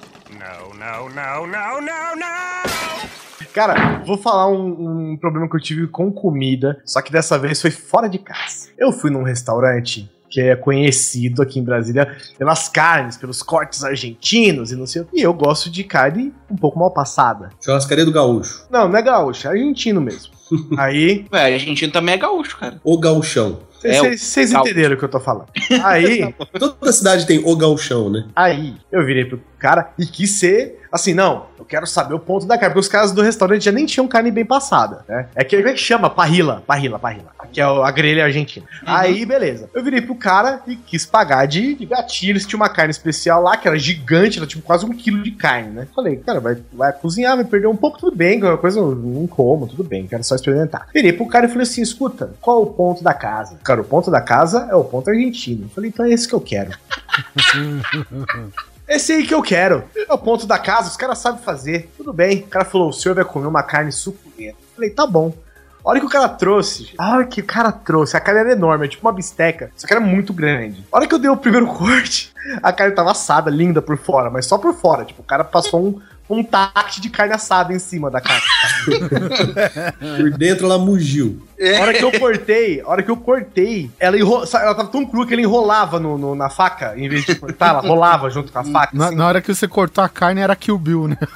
No. Cara, vou falar um problema que eu tive com comida, só que dessa vez foi fora de casa. Eu fui num restaurante que é conhecido aqui em Brasília pelas carnes, pelos cortes argentinos e não sei o que. E eu gosto de carne um pouco mal passada. Churrascaria do Gaúcho. Não é gaúcho, é argentino mesmo. Aí... Ué, a argentino também é gaúcho, cara. O gauchão. Vocês entenderam o que eu tô falando. Aí... Toda cidade tem o gauchão, né? Aí, eu virei pro cara e quis ser... Assim, não, eu quero saber o ponto da carne. Porque os caras do restaurante já nem tinham carne bem passada, né? Como é que chama? Parrilla. Que é a grelha argentina. Aí, beleza. Eu virei pro cara e quis pagar de gatilho. Eles tinham uma carne especial lá, que era gigante, era tipo quase 1 quilo de carne, né? Falei, cara, vai cozinhar, vai perder um pouco, tudo bem. Qualquer coisa eu não como, tudo bem, quero só experimentar. Virei pro cara e falei assim, escuta, qual é o ponto da casa? Cara, o ponto da casa é o ponto argentino. Eu falei, então é esse que eu quero. Esse aí que eu quero. É o ponto da casa, os caras sabem fazer. Tudo bem. O cara falou, o senhor vai comer uma carne suculenta. Eu falei, tá bom. A hora que o cara trouxe, a carne era enorme, é tipo uma bisteca, só que era muito grande. A hora que eu dei o primeiro corte, a carne tava assada, linda por fora, mas só por fora. Tipo, o cara passou um tact de carne assada em cima da carne. Por dentro ela mugiu. A hora que eu cortei, ela tava tão crua que ela enrolava na faca, em vez de cortar, ela rolava junto com a faca. Na hora que você cortou a carne era Kill Bill, né?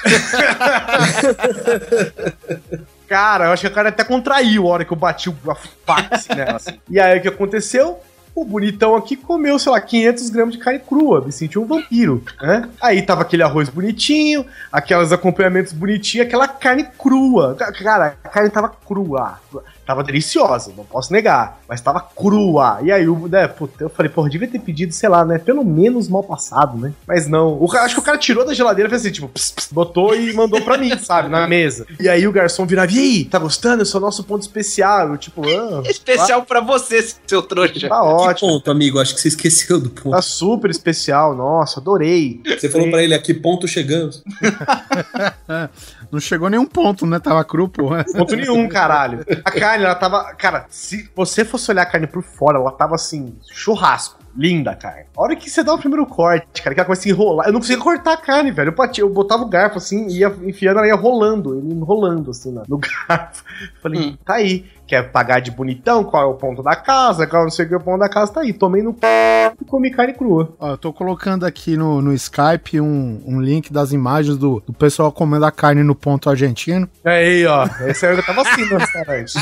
Cara, eu acho que a carne até contraiu a hora que eu bati a faca assim, nela. Assim. E aí o que aconteceu? O bonitão aqui comeu, sei lá, 500 gramas de carne crua. Me senti um vampiro, né? Aí tava aquele arroz bonitinho, aqueles acompanhamentos bonitinhos, aquela carne crua. Cara, a carne tava crua. Tava deliciosa, não posso negar. Mas tava crua. E aí, eu falei, porra, devia ter pedido, sei lá, né? Pelo menos mal passado, né? Mas não. Acho que o cara tirou da geladeira e fez assim, tipo, botou e mandou pra mim, sabe? Na mesa. E aí o garçom virava, e aí, tá gostando? Esse é o nosso ponto especial. Eu, tipo, especial pra você, seu trouxa. Tá ótimo. Que ponto, amigo? Acho que você esqueceu do ponto. Tá super especial, nossa, adorei. Você falou pra ele, a que ponto chegamos? Não chegou nenhum ponto, né? Tava cru, porra. Ponto nenhum, caralho. A carne, ela tava... Cara, se você fosse olhar a carne por fora, ela tava assim, churrasco. Linda a carne. A hora que você dá o primeiro corte, cara, que ela começa a enrolar. Eu não conseguia cortar a carne, velho. Eu botava o garfo assim, ia enfiando, ela ia enrolando assim no garfo. Falei, tá aí. Quer pagar de bonitão? Qual é o ponto da casa? Qual não sei o que é o ponto da casa? Tá aí. Tomei no e comi carne crua. Ó, eu tô colocando aqui no Skype um link das imagens do pessoal comendo a carne no ponto argentino. Aí, ó. Esse aí eu tava assim no restaurante.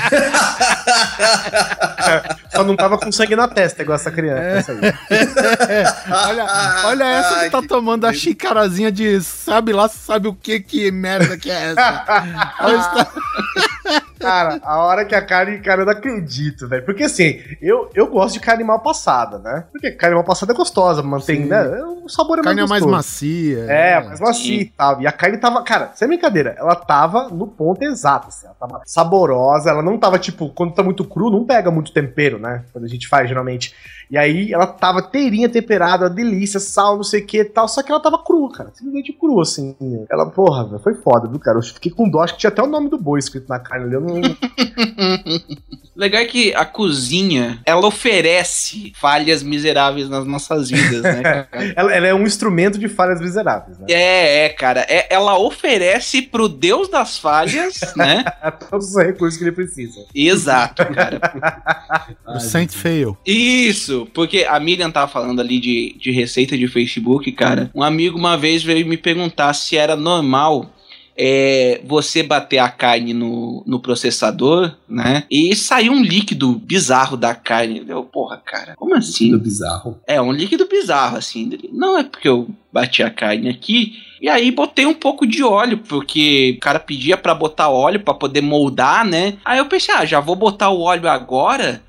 Só não tava com sangue na testa, igual essa criança. Essa aí. Olha essa que tá tomando a xicarazinha de sabe o que merda que é essa. Cara, a hora que a carne, cara, eu não acredito, velho. Porque assim, eu gosto de carne mal passada, né? Porque carne mal passada é gostosa, mantém, né? O sabor é mais gostoso. Carne é mais macia. Mais macia e tal. E a carne tava, cara, sem brincadeira, ela tava no ponto exato, assim. Ela tava saborosa, ela não tava, tipo, quando tá muito cru, não pega muito tempero, né? Quando a gente faz, geralmente. E aí, ela tava inteirinha temperada, delícia, sal, não sei o que e tal. Só que ela tava crua, cara. Simplesmente crua, assim. Ela, porra, véio, foi foda, viu, cara? Eu fiquei com dó, acho que tinha até o nome do boi escrito na carne ali. Eu não... Legal é que a cozinha, ela oferece falhas miseráveis nas nossas vidas, né? ela é um instrumento de falhas miseráveis, né? Cara. Ela oferece pro Deus das falhas, né? Todos os recursos que ele precisa. Exato, cara. O Saint Fail. Isso, porque a Miriam tava falando ali de receita de Facebook, cara. Um amigo uma vez veio me perguntar se era normal você bater a carne no processador, né? E sair um líquido bizarro da carne. Eu, porra, cara, como assim? Líquido bizarro? Um líquido bizarro, assim. Não é porque eu bati a carne aqui e aí botei um pouco de óleo, porque o cara pedia pra botar óleo pra poder moldar, né? Aí eu pensei, já vou botar o óleo agora?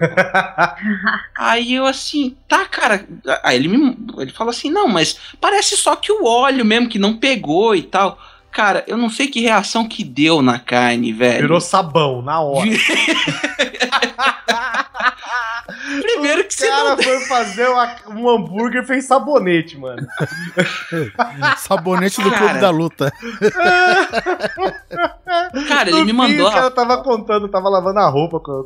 Aí eu assim, tá, cara. Aí ele falou assim, não, mas parece só que o óleo mesmo, que não pegou e tal. Cara, eu não sei que reação que deu na carne, velho. Virou sabão, na hora. Primeiro que o cara foi fazer um hambúrguer e fez sabonete, mano. Sabonete do Clube da Luta. Cara, ele me mandou... O cara tava contando, tava lavando a roupa com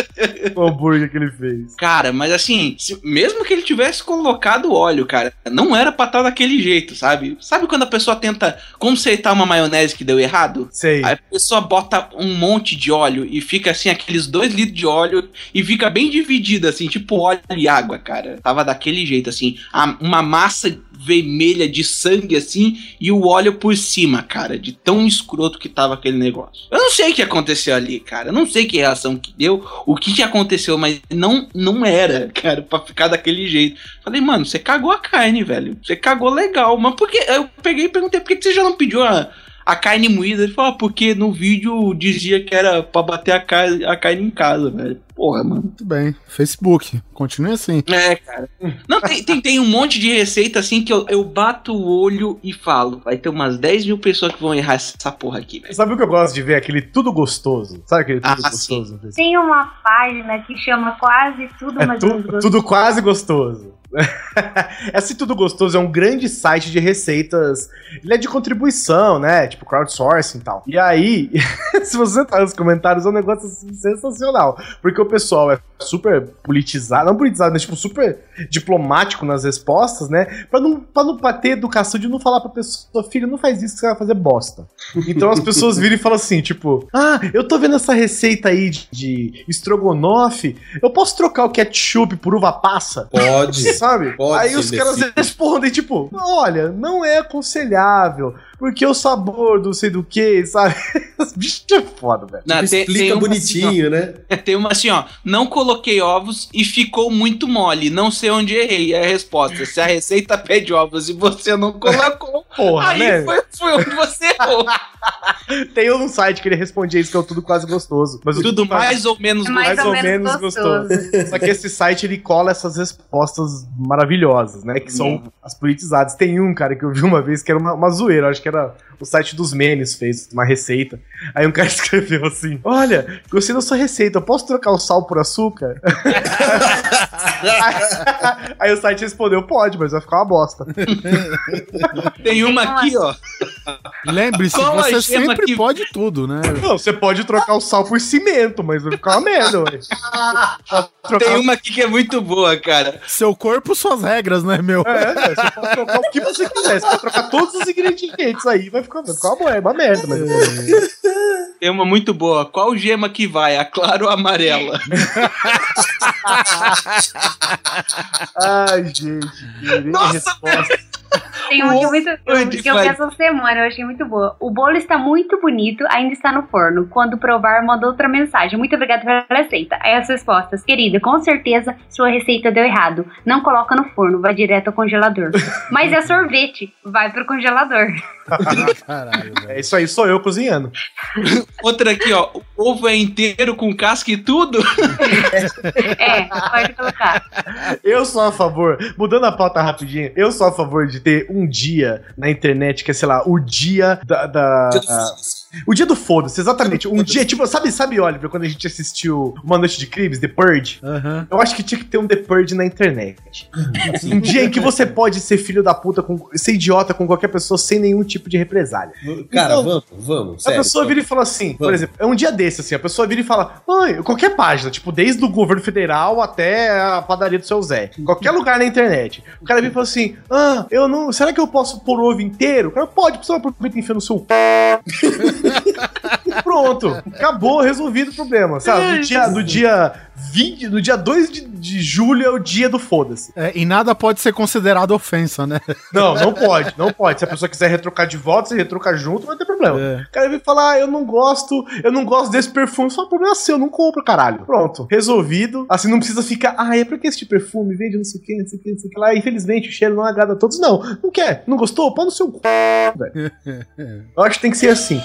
o hambúrguer que ele fez. Cara, mas assim, mesmo que ele tivesse colocado óleo, cara, não era pra estar daquele jeito, sabe? Sabe quando a pessoa tenta consertar uma maionese que deu errado? Sei. Aí a pessoa bota um monte de óleo e fica assim, aqueles 2 litros de óleo e fica bem dividido, assim, tipo óleo e água, cara. Tava daquele jeito, assim, uma massa vermelha de sangue, assim, e o óleo por cima, cara, de tão escroto que tava aquele negócio. Eu não sei o que aconteceu ali, cara, eu não sei que reação que deu, o que aconteceu, mas não era, cara, pra ficar daquele jeito. Falei, mano, você cagou a carne, velho, você cagou legal, mas por que? Eu peguei e perguntei, por que você já não pediu a carne moída? Ele falou, porque no vídeo dizia que era pra bater a carne em casa, velho. Porra, mano. Muito bem. Facebook, continue assim. É, cara. Não, tem um monte de receita assim que eu bato o olho e falo. Vai ter umas 10 mil pessoas que vão errar essa porra aqui, velho. Sabe o que eu gosto de ver? Aquele Tudo Gostoso. Sabe aquele Tudo Gostoso? Sim. Tem uma página que chama Quase Tudo Mais Gostoso. Tudo Quase Gostoso. Esse Tudo Gostoso é um grande site de receitas. Ele é de contribuição, né? Tipo crowdsourcing e tal. E aí, se você entrar nos comentários, é um negócio assim, sensacional. Porque o pessoal é super politizado, não politizado, mas tipo super diplomático nas respostas, né? Pra não ter educação de não falar pra pessoa, filho, não faz isso que você vai fazer bosta. Então as pessoas viram e falam assim, tipo, eu tô vendo essa receita aí de estrogonofe, eu posso trocar o ketchup por uva passa? Pode. Sabe? Pode. Aí os caras respondem, tipo, olha, não é aconselhável, porque o sabor do sei do que, sabe? Os bichos é foda, velho. Não, explica bonitinho, assim, né? Tem uma assim, ó, não coloquei ovos e ficou muito mole, não sei onde errei. É a resposta, se a receita pede ovos e você não colocou, porra, aí né? foi onde você errou. Tem um site que ele respondia isso, que é o Tudo Quase Gostoso. Mas tudo mais ou menos gostoso. Mais ou menos gostoso. Só que esse site, ele cola essas respostas maravilhosas, né? Que são as politizadas. Tem um, cara, que eu vi uma vez que era uma zoeira. Acho que era o site dos memes, fez uma receita. Aí um cara escreveu assim, olha, gostei da sua receita, eu posso trocar o sal por açúcar? Aí o site respondeu, pode, mas vai ficar uma bosta. Tem uma aqui, ó. Lembre-se, você sempre pode tudo, né? Não, você pode trocar o sal por cimento, mas vai ficar uma merda, ué. Tem uma aqui que é muito boa, cara. Seu corpo, suas regras, né, meu? Você pode trocar o que você quiser. Você pode trocar todos os ingredientes aí, vai ficar uma merda. Mas tem uma muito boa. Qual gema que vai? A clara ou a amarela? Ai, gente. Nossa, resposta. Tem uma que eu vi essa semana, eu achei muito boa. O bolo está muito bonito, ainda está no forno. Quando provar, manda outra mensagem. Muito obrigada pela receita. Aí as respostas. Querida, com certeza sua receita deu errado. Não coloca no forno, vai direto ao congelador. Mas é sorvete, vai pro congelador. Caralho, é isso aí, sou eu cozinhando. Outra aqui, ó. O ovo é inteiro com casca e tudo? Pode colocar. Eu sou a favor, mudando a pauta rapidinho, eu sou a favor de ter um dia na internet que é, sei lá, o dia o dia do foda-se, exatamente. Um dia, tipo, sabe, Oliver, quando a gente assistiu Uma Noite de Crimes, The Purge? Eu acho que tinha que ter um The Purge na internet. Um dia em que você pode ser filho da puta, ser idiota com qualquer pessoa sem nenhum tipo de represália. Cara, então, vamos. A pessoa vira e fala assim, por exemplo, é um dia desse, assim, a pessoa vira e fala, qualquer página, tipo, desde o governo federal até a padaria do seu Zé. Qualquer lugar na internet. O cara vira e fala assim, será que eu posso pôr o ovo inteiro? O cara pode, precisa aproveitar e enfiar no seu Pronto, acabou, resolvido o problema, sabe? No dia 20, no dia 2 de julho é o dia do foda-se. E nada pode ser considerado ofensa, né? Não pode. Se a pessoa quiser retrucar de volta, você retruca junto, não vai ter problema. O cara vem falar, eu não gosto desse perfume, só problema seu, eu não compro, caralho. Pronto, resolvido. Assim, não precisa ficar, é porque esse perfume vende não sei o que lá. Infelizmente, o cheiro não agrada a todos. Não quer, não gostou? Põe no seu c... velho. Eu acho que tem que ser assim.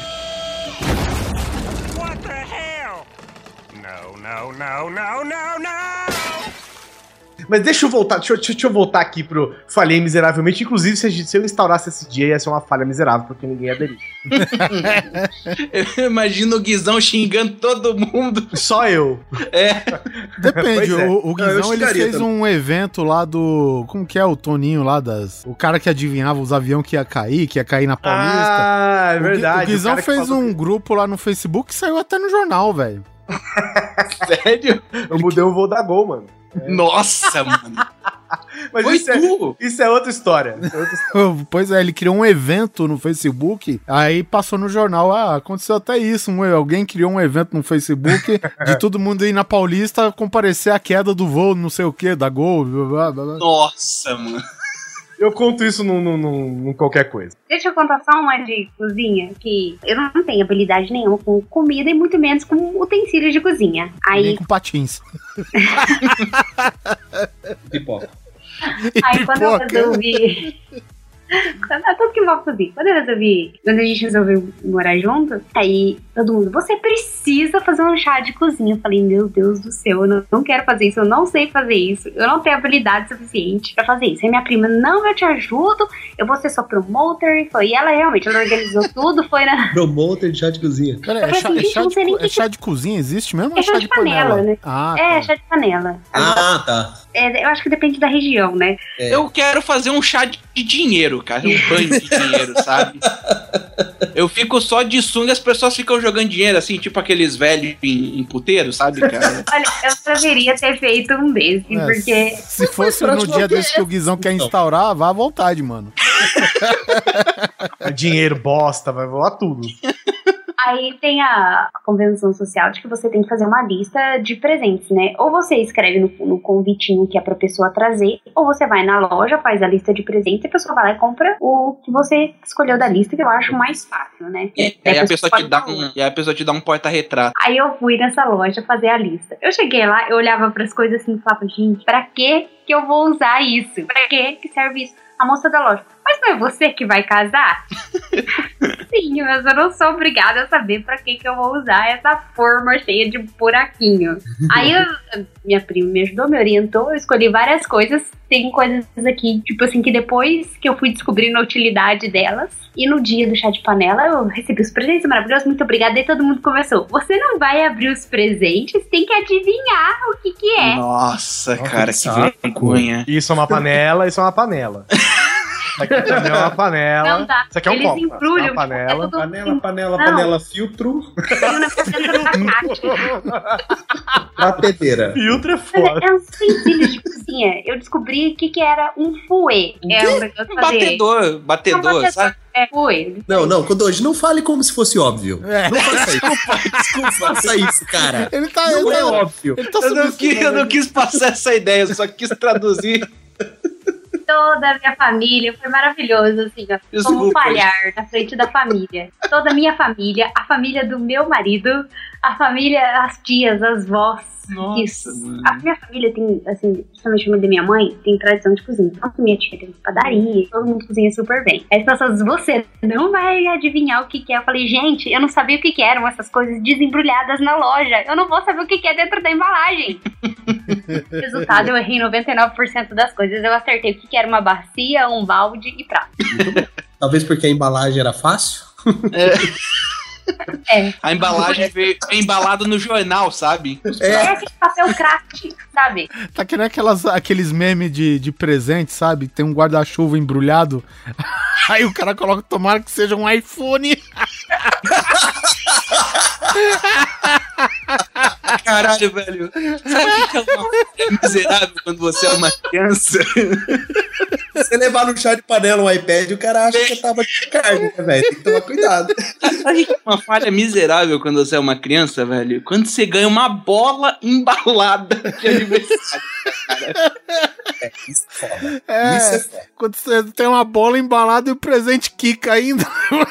What the hell? No. Mas deixa eu voltar, deixa eu voltar aqui pro Falhei Miseravelmente. Inclusive, se eu instaurasse esse dia, ia ser uma falha miserável, porque ninguém ia aderir. Eu imagino o Guizão xingando todo mundo. Só eu. Depende, o Não, eu Guizão ele xingaria fez também. um evento lá do... Como que é? O Toninho lá das... O cara que adivinhava os aviões que ia cair na Paulista. Ah, é verdade. O Guizão cara que fez falou- um grupo lá no Facebook que saiu até no jornal, velho. Sério? Eu mudei o voo da Gol, mano. Nossa, mano. Mas Foi isso é, tu? isso é outra história. Pois é, ele criou um evento no Facebook, aí passou no jornal, aconteceu até isso, alguém criou um evento no Facebook de todo mundo ir na Paulista comparecer à queda do voo, não sei o que, da Gol, blá, blá, blá. Nossa, mano. Eu conto isso num qualquer coisa. Deixa eu contar só uma de cozinha, que eu não tenho habilidade nenhuma com comida e muito menos com utensílios de cozinha. Nem Aí, com patins. Pipoca. aí quando eu pipoca. resolvi... Tudo que envolve cozinha. Quando a gente resolveu morar junto, aí todo mundo, você precisa fazer um chá de cozinha. Eu falei, meu Deus do céu, eu não quero fazer isso, eu não sei fazer isso, eu não tenho habilidade suficiente pra fazer isso. Aí minha prima, não, eu te ajudo, eu vou ser sua promoter. E ela realmente, ela organizou tudo, foi na... Promoter de chá de cozinha. Pera, Eu falei assim, gente, não sei nem é chá de cozinha? Existe mesmo? ou É chá de panela, né? Ah, É, tá. chá de panela. Ah, tá. Eu acho que depende da região, né? Eu quero fazer um chá de dinheiro, cara. Um banho de dinheiro, sabe? Eu fico só de sunga e as pessoas ficam jogando dinheiro, assim, tipo aqueles velhos em puteiro, sabe, cara? Olha, eu deveria ter feito um desse, É, porque... Se fosse no dia desse que o Guizão quer instaurar, vá à vontade, mano. Dinheiro, bosta, vai voar tudo. Aí tem a convenção social de que você tem que fazer uma lista de presentes, né? Ou você escreve no convitinho que é pra pessoa trazer, ou você vai na loja, faz a lista de presentes e a pessoa vai lá e compra o que você escolheu da lista, que eu acho mais fácil, né? E aí a pessoa pode te dá falar. e aí a pessoa te dá um porta-retrato. Aí eu fui nessa loja fazer a lista. Eu cheguei lá, eu olhava pras coisas assim e falava, gente, pra que eu vou usar isso? Pra que serve isso? A moça da loja, mas não é você que vai casar? Sim, mas eu não sou obrigada a saber pra que eu vou usar essa forma cheia de buraquinho. Aí minha prima me ajudou, me orientou, eu escolhi várias coisas. Tem coisas aqui, tipo assim, que depois que eu fui descobrindo a utilidade delas, e no dia do chá de panela eu recebi os presentes maravilhosos, muito obrigada, e todo mundo começou, você não vai abrir os presentes, tem que adivinhar o que é. Nossa, Nossa, cara, que que saco. vergonha. Isso é uma panela, isso é uma panela. Isso aqui também é uma panela. Não dá. Isso aqui é um Eles copo. Isso embrulham, é uma panela. é tudo- Panela, Não. panela, filtro, Tem um negócio dentro da caixa. batedeira. Filtro é Mas foda. é uns utensílios de cozinha. Eu descobri que era um fouet. É um negócio de fazer. Batedor, sabe? É fouet. Não, Kodoji, não fale como se fosse óbvio. É. Não faça isso. Desculpa, faça isso, cara. Ele tá... Não ele é tá- óbvio. Ele tá Eu não quis passar essa ideia, eu só quis traduzir. Toda a minha família foi maravilhoso, assim, ó. Como Desculpa. falhar na frente da família. Toda a minha família, a família do meu marido, a família, as tias, as vós. Nossa, Isso. mano. A minha família tem, assim, principalmente a família da minha mãe, tem tradição de cozinha. Então, minha tia tem padaria, todo mundo cozinha super bem. Aí as pessoas, você não vai adivinhar o que é. Eu falei, gente, eu não sabia o que eram essas coisas desembrulhadas na loja. Eu não vou saber o que é dentro da embalagem. Resultado, eu errei 99% das coisas. Eu acertei o que era uma bacia, um balde e prato. Talvez porque a embalagem era fácil. É. A embalagem veio embalada no jornal, sabe? É aquele papel craft, sabe? Tá que nem aqueles memes de presente, sabe? Tem um guarda-chuva embrulhado. Aí o cara coloca, tomara que seja um iPhone. Caralho, velho. Sabe o que é uma coisa miserável quando você é uma criança? Se você levar no chá de panela um iPad, o cara acha que tava de carne, né, velho? Tem que tomar cuidado. Sabe que é uma falha miserável quando você é uma criança, velho? Quando você ganha uma bola embalada de aniversário, cara. Isso é foda. É, Isso é foda. quando você tem uma bola embalada e o presente quica ainda.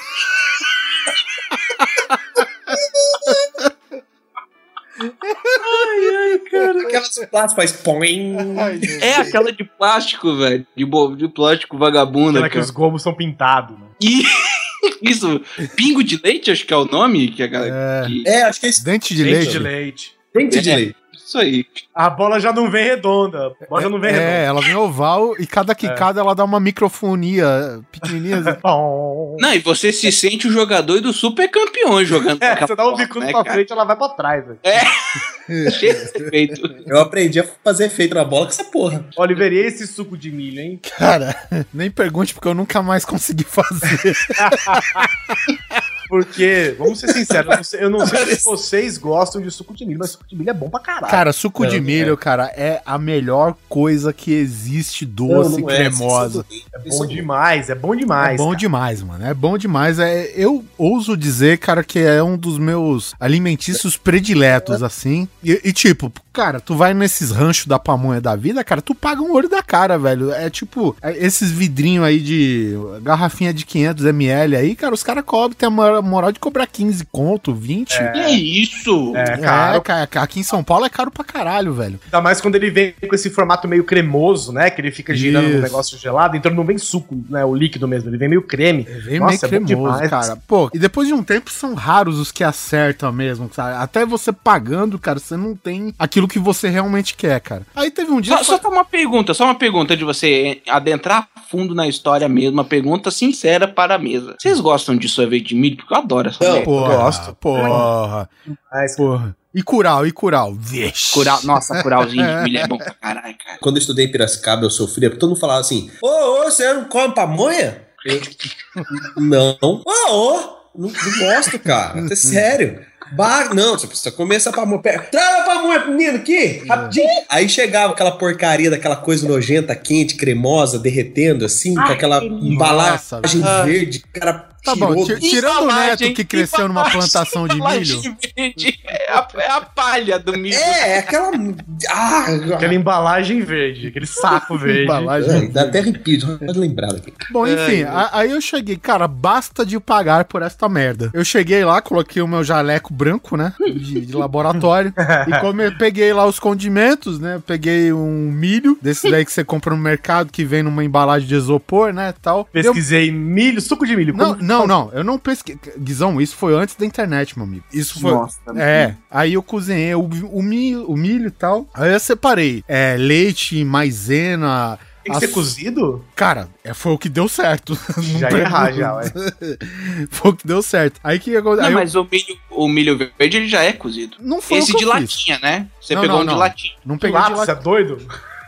Aquelas plásticas faz põe. É aquela de plástico, velho. De plástico vagabunda, Aquela que cara. os gomos são pintados, né? E isso, pingo de leite, acho que é o nome que a galera. É. que- É, acho que é isso. Dente de Dente leite. de leite. Dente de É. leite. Isso aí. A bola já não vem redonda. A bola já não vem redonda. Ela vem oval e cada quicada ela dá uma microfonia pequenininha. Assim. Não, e você se sente o jogador do super campeão jogando. Você dá um bicudo pra frente, ela vai pra trás, velho. Perfeito. Eu aprendi a fazer efeito na bola com essa porra. Oliver, e esse suco de milho, hein? Cara, nem pergunte porque eu nunca mais consegui fazer. Porque, vamos ser sinceros, eu não sei se vocês gostam de suco de milho, mas suco de milho é bom pra caralho. Cara, suco de milho, cara, é a melhor coisa que existe, doce, cremosa. É bom demais, é bom demais. É bom demais, mano. É bom demais. Eu ouso dizer, cara, que é um dos meus alimentícios prediletos, assim. E tipo, cara, tu vai nesses ranchos da pamonha da vida, cara, tu paga um olho da cara, velho. É tipo, esses vidrinhos aí de garrafinha de 500ml aí, cara, os caras cobram, tem a moral de cobrar 15 conto, 20. Que é isso? É caro. Cara, aqui em São Paulo é caro pra caralho, velho. Ainda mais quando ele vem com esse formato meio cremoso, né? Que ele fica girando no negócio gelado, então não vem suco, né? O líquido mesmo, ele vem meio creme. Ele vem meio cremoso, cara. Pô, e depois de um tempo são raros os que acertam mesmo, sabe? Até você pagando, cara, você não tem aquilo que você realmente quer, cara. Aí teve um dia... Só uma pergunta de você adentrar fundo na história mesmo, uma pergunta sincera para a mesa. Vocês gostam de sorvete de milho? Porque eu adoro essa merda. Porra, eu gosto. Porra. E curau. Vixe. Nossa, curauzinho de milho é bom pra caralho, cara. Quando eu estudei em Piracicaba, eu sofria, porque todo mundo falava assim, ô, você não come pamonha? Não. Não gosto, cara. É sério. Não, você precisa comer essa pamonha. Traga a pamonha, menino, aqui, rapidinho. Aí chegava aquela porcaria daquela coisa nojenta, quente, cremosa, derretendo, assim, com aquela embalagem verde, cara. Tá bom, tirando o Neto que cresceu numa plantação de milho. Verde, é a palha do milho. Aquela. Aquela embalagem verde, aquele saco verde. Dá até arrepio, pode lembrar daqui. Bom, enfim, aí eu cheguei, cara, basta de pagar por esta merda. Eu cheguei lá, coloquei o meu jaleco branco, né, de laboratório, e peguei lá os condimentos, né, peguei um milho, desse daí que você compra no mercado, que vem numa embalagem de isopor, né, tal. Milho, suco de milho. Não, eu não pesquei. Guizão, isso foi antes da internet, meu amigo. Isso foi. Nossa, aí eu cozinhei o milho e tal. Aí eu separei leite, maisena. Tem que ser cozido? Cara, foi o que deu certo. Já ia errar, já, ué. Foi o que deu certo. Aí que aconteceu? Não, mas o milho verde ele já é cozido. Não foi esse de latinha, né? Você pegou um de latinha. Não peguei de latinha. Você é doido?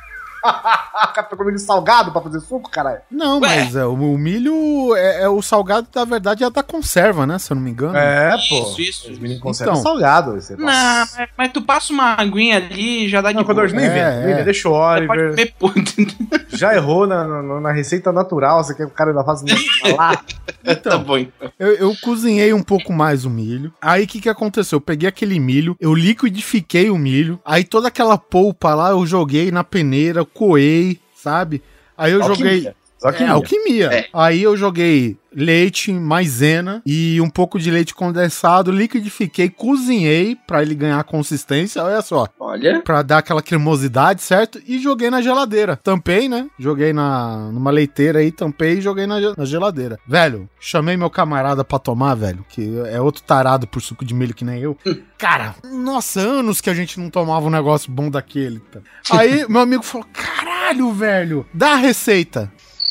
O cara pegou milho salgado pra fazer suco, caralho? Não, mas o milho é o salgado, na verdade, é da conserva, né? Se eu não me engano. Pô. Isso. Os milho conserva salgado. Não, mas tu passa uma aguinha ali e já dá de boa. Nem vê. Deixa o Oliver. Já errou na receita natural, você quer que o cara ainda faça lá? Tá bom, então. Eu cozinhei um pouco mais o milho. Aí o que aconteceu? Eu peguei aquele milho, eu liquidifiquei o milho, aí toda aquela polpa lá eu joguei na peneira, coei, sabe? Aí eu joguei... Alquimia. Aí eu joguei leite, maisena e um pouco de leite condensado, liquidifiquei, cozinhei pra ele ganhar consistência, olha só. Olha. Pra dar aquela cremosidade, certo? E joguei na geladeira. Tampei, né? Joguei numa leiteira aí, tampei e joguei na geladeira. Velho, chamei meu camarada pra tomar, velho, que é outro tarado por suco de milho que nem eu. Cara, nossa, anos que a gente não tomava um negócio bom daquele. Tá? Aí meu amigo falou, caralho, velho, dá a receita.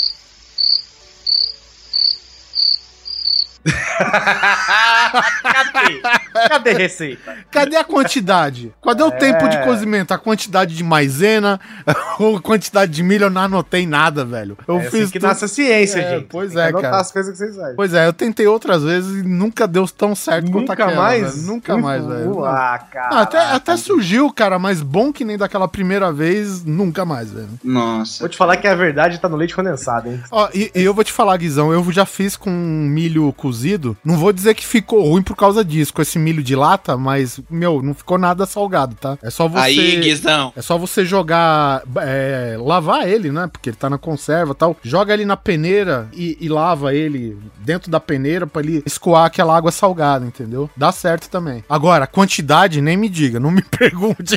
Cadê a receita? Cadê a quantidade? Cadê o tempo de cozimento? A quantidade de maisena, ou a quantidade de milho? Eu não anotei nada, velho. Eu fiz assim que nasce a ciência, gente. Pois tem que cara. as coisas que vocês fazem. Pois é, eu tentei outras vezes e nunca deu tão certo quanto aquela. Nunca mais, velho. Cara. Até surgiu, cara, mas bom que nem daquela primeira vez, nunca mais, velho. Nossa. Vou te falar que a verdade tá no leite condensado, hein? Ó, e eu vou te falar, Guizão, eu já fiz com milho cozido. Não vou dizer que ficou ruim por causa disso, com esse milho de lata, mas, não ficou nada salgado, tá? É só você... Aí, Guizão. É só você jogar... lavar ele, né? Porque ele tá na conserva e tal. Joga ele na peneira e lava ele dentro da peneira pra ele escoar aquela água salgada, entendeu? Dá certo também. Agora, quantidade, nem me diga, não me pergunte.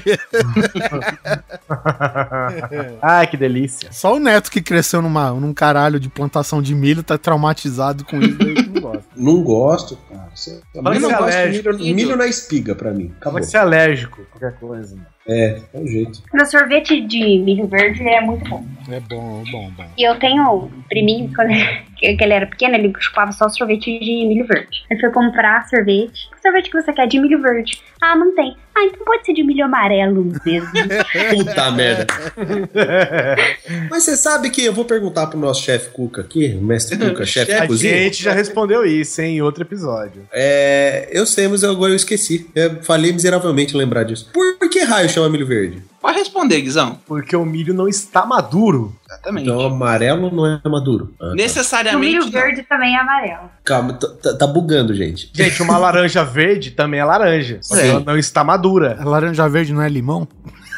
Ai, que delícia. Só o Neto que cresceu num caralho de plantação de milho tá traumatizado com isso daí que não gosta. Não gosto, cara. Eu não gosto de milho na espiga, pra mim. Acaba que você é alérgico, qualquer coisa. É o jeito. Meu sorvete de milho verde é muito bom. É bom. E eu tenho um priminho, quando que ele era pequeno, ele chupava só sorvete de milho verde. Ele foi comprar sorvete. Que sorvete que você quer? De milho verde. Ah, não tem. Ah, então pode ser de milho amarelo mesmo. Puta merda. Mas você sabe que eu vou perguntar pro nosso chefe Cuca aqui, o mestre Cuca, chefe de A cozinha. gente já respondeu isso, hein, em outro episódio. Eu sei, mas agora eu esqueci. Eu falei miseravelmente em lembrar disso. Por que raio chama milho verde? Pode responder, Guizão. Porque o milho não está maduro. Exatamente. Então amarelo não é maduro. Ah, tá. O Necessariamente. milho verde também é amarelo. Calma, tá bugando, gente. Gente, uma laranja verde também é laranja. Só que Sim. ela não está madura. A laranja verde não é limão?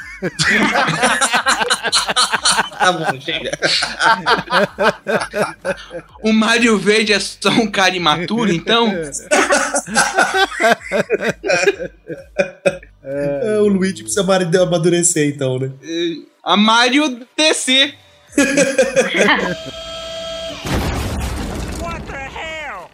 Tá bom, chega. O Mário Verde é só um cara imaturo, então? O Luigi precisa amadurecer, então, né? A Mário DC. What the hell?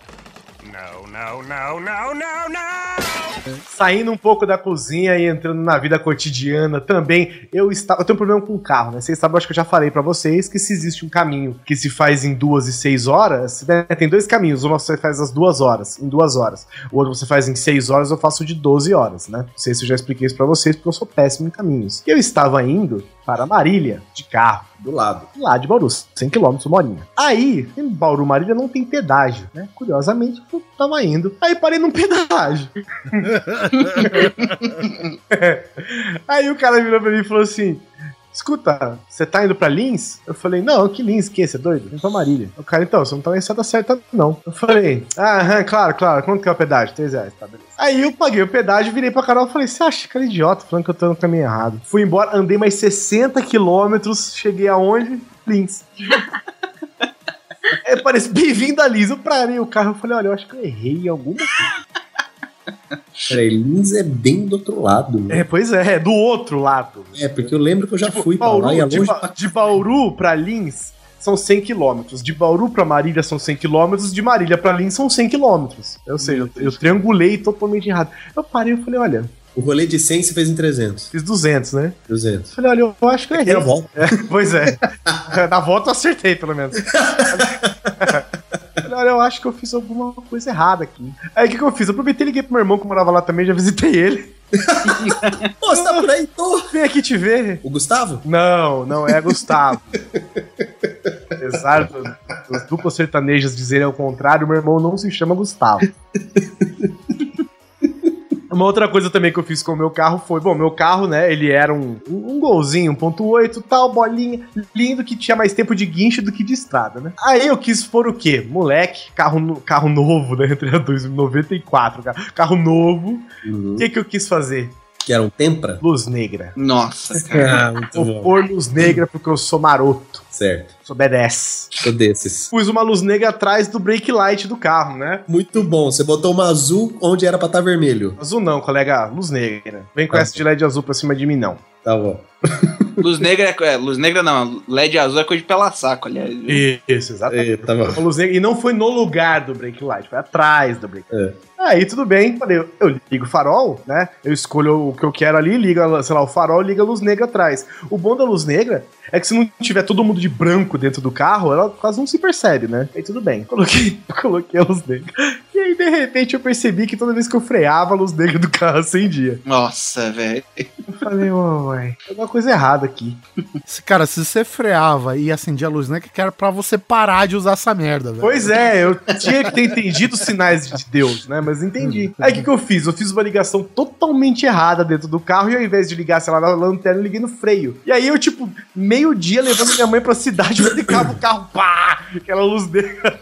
No. Saindo um pouco da cozinha e entrando na vida cotidiana também, eu tenho um problema com o carro, né? Vocês sabem, acho que eu já falei pra vocês que se existe um caminho que se faz em 2 e 6 horas, né? Tem 2 caminhos, uma você faz às 2 horas, em 2 horas. O outro você faz em 6 horas, eu faço de 12 horas, né? Não sei se eu já expliquei isso pra vocês, porque eu sou péssimo em caminhos. E eu estava indo para Marília, de carro, Do lado. lá de Bauru, 100 km, uma horinha. Aí, em Bauru, Marília, não tem pedágio, né? Curiosamente, eu tava indo. Aí parei num pedágio. Aí o cara virou pra mim e falou assim: escuta, você tá indo pra Lins? Eu falei, não, que Lins, que? Você é doido? Eu tô pra Marília. O cara, então, você não tá na estrada certa, não. Eu falei, claro, quanto que é o pedágio? 3 reais, tá, beleza. Aí eu paguei o pedágio, virei pra Carol e falei, você acha que era idiota, falando que eu tô no caminho errado. Fui embora, andei mais 60 quilômetros, cheguei aonde? Lins. Parece bem-vindo a Lins. Eu parei o carro e falei, olha, eu acho que eu errei em alguma coisa. Peraí, Lins é bem do outro lado, né? Pois é do outro lado. Porque eu lembro que eu já fui pra Bauru, lá e é longe de Bauru pra Lins são 100 km. De Bauru pra Marília são 100 km. De Marília pra Lins são 100 km. Ou seja, eu triangulei totalmente errado. Eu parei e falei, olha, o rolê de 100 você fez em 300. fiz 200, né? 200. Falei, olha, eu acho que eu errei. Era a volta. Pois é. Na volta eu acertei, pelo menos. Falei, olha, eu acho que eu fiz alguma coisa errada aqui. Aí o que eu fiz? Eu aproveitei e liguei pro meu irmão que morava lá também, já visitei ele. Pô, você tá por aí? Tô. Vem aqui te ver. O Gustavo? Não é Gustavo. Apesar dos duplos sertanejos dizerem ao contrário, meu irmão não se chama Gustavo. Uma outra coisa também que eu fiz com o meu carro foi... Bom, meu carro, né, ele era um golzinho, 1.8, tal, bolinha, lindo, que tinha mais tempo de guincho do que de estrada, né? Aí eu quis pôr o quê? Moleque, carro novo, né, entre 2094, carro novo. O que eu quis fazer? Que era um Tempra? Luz negra. Nossa, cara. Muito Vou pôr luz negra porque eu sou maroto. Certo. Sou badass. Sou desses. Pus uma luz negra atrás do brake light do carro, né? Muito bom. Você botou uma azul onde era pra estar vermelho. Azul não, colega. Luz negra. Vem com essa de LED azul pra cima de mim, não. Tá bom. Luz negra não. LED azul é coisa de pela saco, aliás. Isso, exatamente. Tá bom. Luz negra. E não foi no lugar do brake light, foi atrás do brake light. Aí tudo bem, falei, eu ligo o farol, né? Eu escolho o que eu quero ali, liga, sei lá, o farol, liga a luz negra atrás. O bom da luz negra é que se não tiver todo mundo de branco dentro do carro, ela quase não se percebe, né? Aí tudo bem. Coloquei a luz negra. E aí, de repente, eu percebi que toda vez que eu freava, a luz negra do carro acendia. Nossa, velho. Eu falei, uai, tem alguma coisa errada aqui. Cara, se você freava e acendia a luz negra, que era pra você parar de usar essa merda, velho. Pois é, eu tinha que ter entendido os sinais de Deus, né? Mas entendi. Aí o que eu fiz? Eu fiz uma ligação totalmente errada dentro do carro e ao invés de ligar, sei lá, na lanterna, eu liguei no freio. E aí eu, tipo, meio-dia levando minha mãe pra cidade, eu ligava o carro, pá! Aquela luz negra.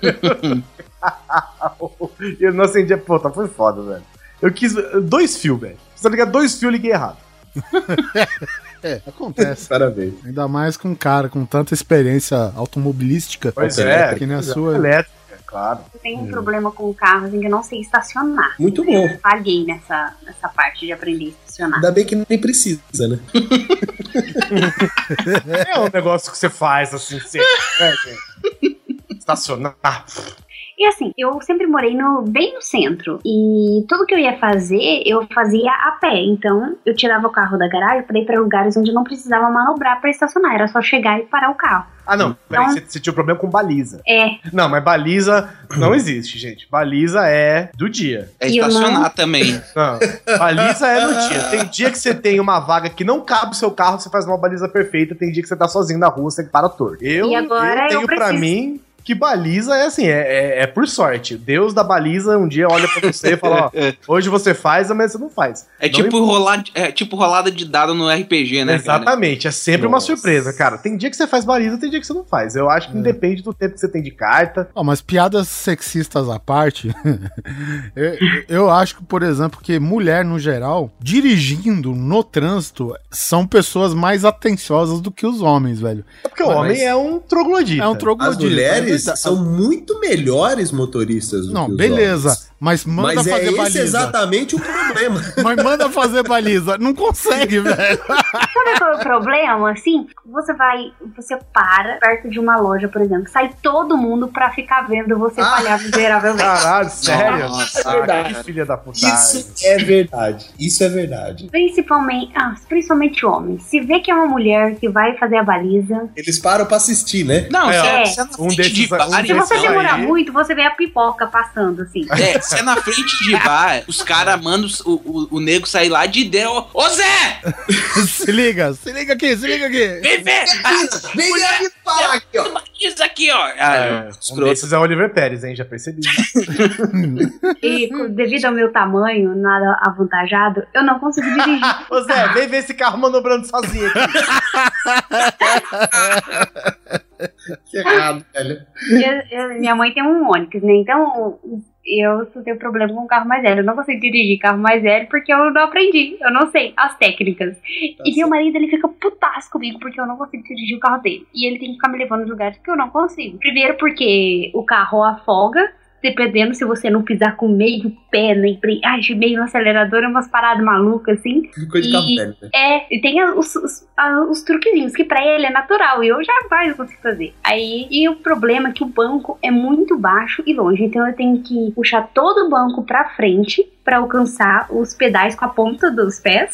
E eu não acendia. Puta, foi foda, velho. Eu quis 2 fios, velho. Precisa ligar 2 fios, eu liguei errado. Acontece. Parabéns. Ainda mais com um cara com tanta experiência automobilística. Pois é. Que nem a sua. Elétrica, claro. Eu tenho um problema com carros em que eu não sei estacionar. Muito bom. Eu falhei nessa parte de aprender a estacionar. Ainda bem que nem precisa, né? É um negócio que você faz assim, você, estacionar. E assim, eu sempre morei bem no centro. E tudo que eu ia fazer, eu fazia a pé. Então, eu tirava o carro da garagem pra ir pra lugares onde eu não precisava manobrar pra estacionar. Era só chegar e parar o carro. Ah, não. Peraí, você tinha um problema com baliza. É. Não, mas baliza não existe, gente. Baliza é do dia. É estacionar também. Não, baliza é no dia. Tem dia que você tem uma vaga que não cabe o seu carro, você faz uma baliza perfeita. Tem dia que você tá sozinho na rua, você para torto. Eu tenho pra mim que baliza é assim, é por sorte. Deus da baliza um dia olha pra você e fala, ó, hoje você faz, amanhã você não faz. É tipo rolada de dado no RPG, né? Exatamente, cara? É sempre uma surpresa, cara. Tem dia que você faz baliza, tem dia que você não faz. Eu acho que independe do tempo que você tem de carta. Mas piadas sexistas à parte, eu acho que, por exemplo, que mulher, no geral, dirigindo no trânsito, são pessoas mais atenciosas do que os homens, velho. É porque o homem é um troglodita. É um troglodita. As mulheres são muito melhores motoristas do que os beleza, homens. Mas manda fazer baliza. Esse é exatamente o problema. Mas manda fazer baliza. Não consegue, velho. Sabe qual é o problema? Assim, você para perto de uma loja, por exemplo, sai todo mundo pra ficar vendo você falhar miseravelmente. Caralho, sério? Nossa, é verdade. Que filha da puta. Isso é verdade. Isso é verdade. Principalmente homens. Se vê que é uma mulher que vai fazer a baliza... Eles param pra assistir, né? Não, Se você demorar muito, você vê a pipoca passando, assim. Se é na frente de bar, os caras mandam o nego sair lá de dentro. Ô Zé! se liga aqui. Vem ver! Vem aqui falar aqui, ó. Isso aqui, ó. Um desses é o Oliver Pérez, hein? Já percebi. E devido ao meu tamanho, nada avantajado, eu não consigo dirigir. Ô Zé, vem ver esse carro manobrando sozinho aqui. Que errado, velho. Minha mãe tem um Onix, né? Então eu tenho problema com carro mais velho. Eu não consigo dirigir carro mais velho porque eu não aprendi. Eu não sei as técnicas. E meu marido, ele fica putaço comigo porque eu não consigo dirigir o carro dele. E ele tem que ficar me levando nos lugares que eu não consigo. Primeiro porque o carro afoga, dependendo se você não pisar com meio pé na embreagem, meio no acelerador, é umas paradas malucas, assim. Coisa de carro velho, né? E tem os truquezinhos, que pra ele é natural, e eu jamais consigo fazer. E o problema é que o banco é muito baixo e longe, então eu tenho que puxar todo o banco pra frente pra alcançar os pedais com a ponta dos pés.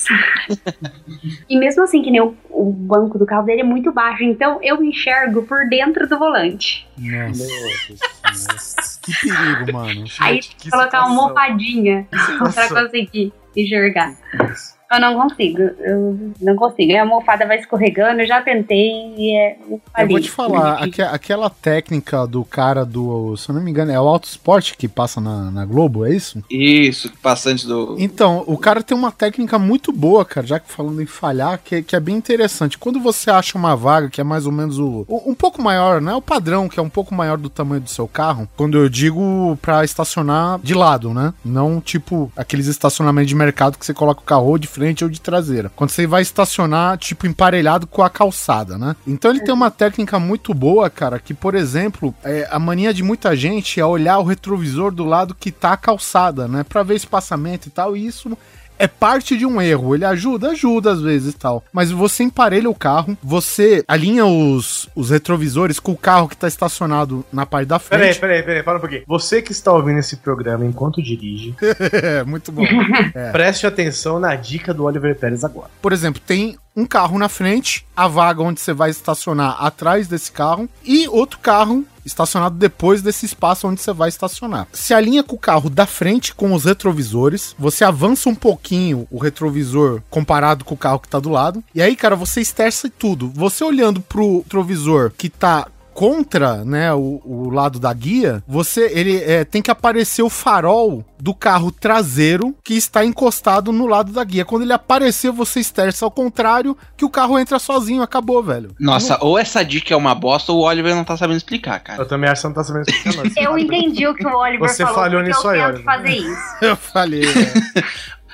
E mesmo assim, que nem o banco do carro dele é muito baixo, então eu enxergo por dentro do volante. Nossa. Que perigo, mano. Aí tem que colocar uma almofadinha pra conseguir enxergar. Eu não consigo. A almofada vai escorregando, eu já tentei e eu vou te falar, aquela técnica do cara se eu não me engano, é o Autosport que passa na Globo, é isso? Isso, passa antes do... Então, o cara tem uma técnica muito boa, cara, já que falando em falhar, que é bem interessante. Quando você acha uma vaga que é mais ou menos um pouco maior, né? O padrão, que é um pouco maior do tamanho do seu carro, quando eu digo pra estacionar de lado, né? Não tipo aqueles estacionamentos de mercado que você coloca o carro de frente ou de traseira. Quando você vai estacionar, tipo, emparelhado com a calçada, né? Então ele tem uma técnica muito boa, cara, que, por exemplo, a mania de muita gente é olhar o retrovisor do lado que tá a calçada, né? Pra ver espaçamento e tal, e isso é parte de um erro. Ele ajuda às vezes e tal. Mas você emparelha o carro, você alinha os retrovisores com o carro que tá estacionado na parte da frente. Peraí, para um pouquinho. Você que está ouvindo esse programa enquanto dirige, muito bom. Preste atenção na dica do Oliver Pérez agora. Por exemplo, tem um carro na frente, a vaga onde você vai estacionar atrás desse carro, e outro carro estacionado depois desse espaço onde você vai estacionar. Se alinha com o carro da frente com os retrovisores, você avança um pouquinho o retrovisor comparado com o carro que tá do lado, e aí, cara, você esterça tudo. Você olhando pro retrovisor que tá contra, né, o lado da guia, ele tem que aparecer o farol do carro traseiro que está encostado no lado da guia. Quando ele aparecer, você esterça ao contrário, que o carro entra sozinho, acabou, velho. Nossa, ou essa dica é uma bosta ou o Oliver não tá sabendo explicar, cara. Eu também acho que você não tá sabendo explicar, não. Eu entendi o que o Oliver falou, você falhou nisso aí, fazer isso. Eu falei,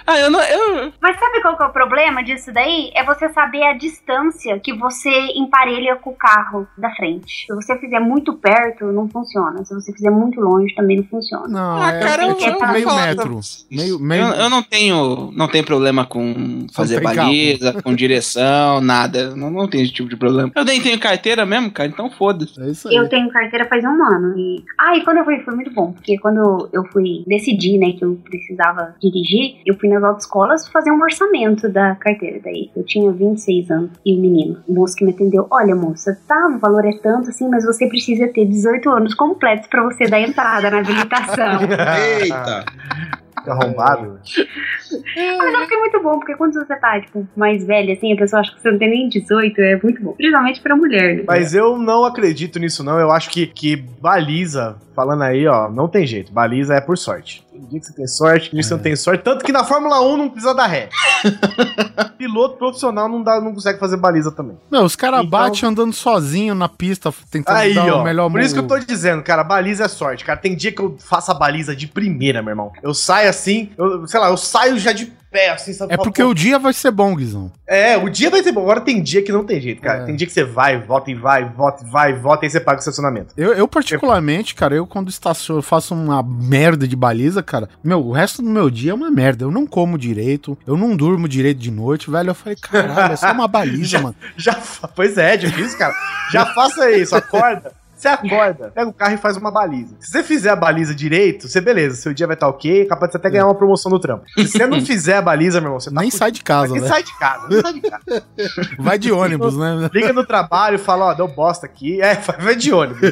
Mas sabe qual que é o problema disso daí? É você saber a distância que você emparelha com o carro da frente. Se você fizer muito perto, não funciona. Se você fizer muito longe, também não funciona. Não, cara, é tipo meio metro. Eu não tenho problema com fazer baliza, com direção, nada. Não tenho esse tipo de problema. Eu nem tenho carteira mesmo, cara, então foda-se. É isso aí. Eu tenho carteira faz 1 ano. E quando eu fui, foi muito bom. Porque quando eu fui decidir, né, que eu precisava dirigir, eu fui nas autoescolas fazer um orçamento da carteira. Daí eu tinha 26 anos e o menino, o moço que me atendeu, olha moça, tá, o valor é tanto assim, mas você precisa ter 18 anos completos pra você dar entrada na habilitação. Eita! Arrombado. Mas eu fiquei muito bom, porque quando você tá, tipo, mais velha, assim, a pessoa acha que você não tem nem 18, é muito bom. Principalmente pra mulher, né? Mas eu não acredito nisso, não. Eu acho que baliza, falando aí, ó, não tem jeito. Baliza é por sorte. Tem dia que você tem sorte, tem dia que você não tem sorte. Tanto que na Fórmula 1 não precisa dar ré. Piloto profissional não consegue fazer baliza também. Não, os caras Então- batem andando sozinho na pista, tentando Aí, dar ó, o melhor por isso que eu tô dizendo, cara, baliza é sorte, cara. Tem dia que eu faço a baliza de primeira, meu irmão. Eu saio assim, eu saio já de pé, assim, sabe? É porque o dia vai ser bom, Guizão. É, o dia vai ser bom. Agora tem dia que não tem jeito, cara. Tem dia que você vai, volta e vai, volta, e aí você paga o estacionamento. Eu particularmente, cara, quando estaciono, eu faço uma merda de baliza, cara, o resto do meu dia é uma merda. Eu não como direito, eu não durmo direito de noite, velho. Eu falei, caralho, é só uma baliza, mano. Pois é difícil, cara. Já faça isso, acorda. Você acorda, pega o carro e faz uma baliza. Se você fizer a baliza direito, você beleza, seu dia vai estar ok, capaz de você até ganhar uma promoção no trampo. Se você não fizer a baliza, meu irmão, você tá Nem sai de casa, nem né? sai de casa, nem sai de casa. Vai de ônibus, né? Liga no trabalho e fala, ó, deu bosta aqui. Vai de ônibus.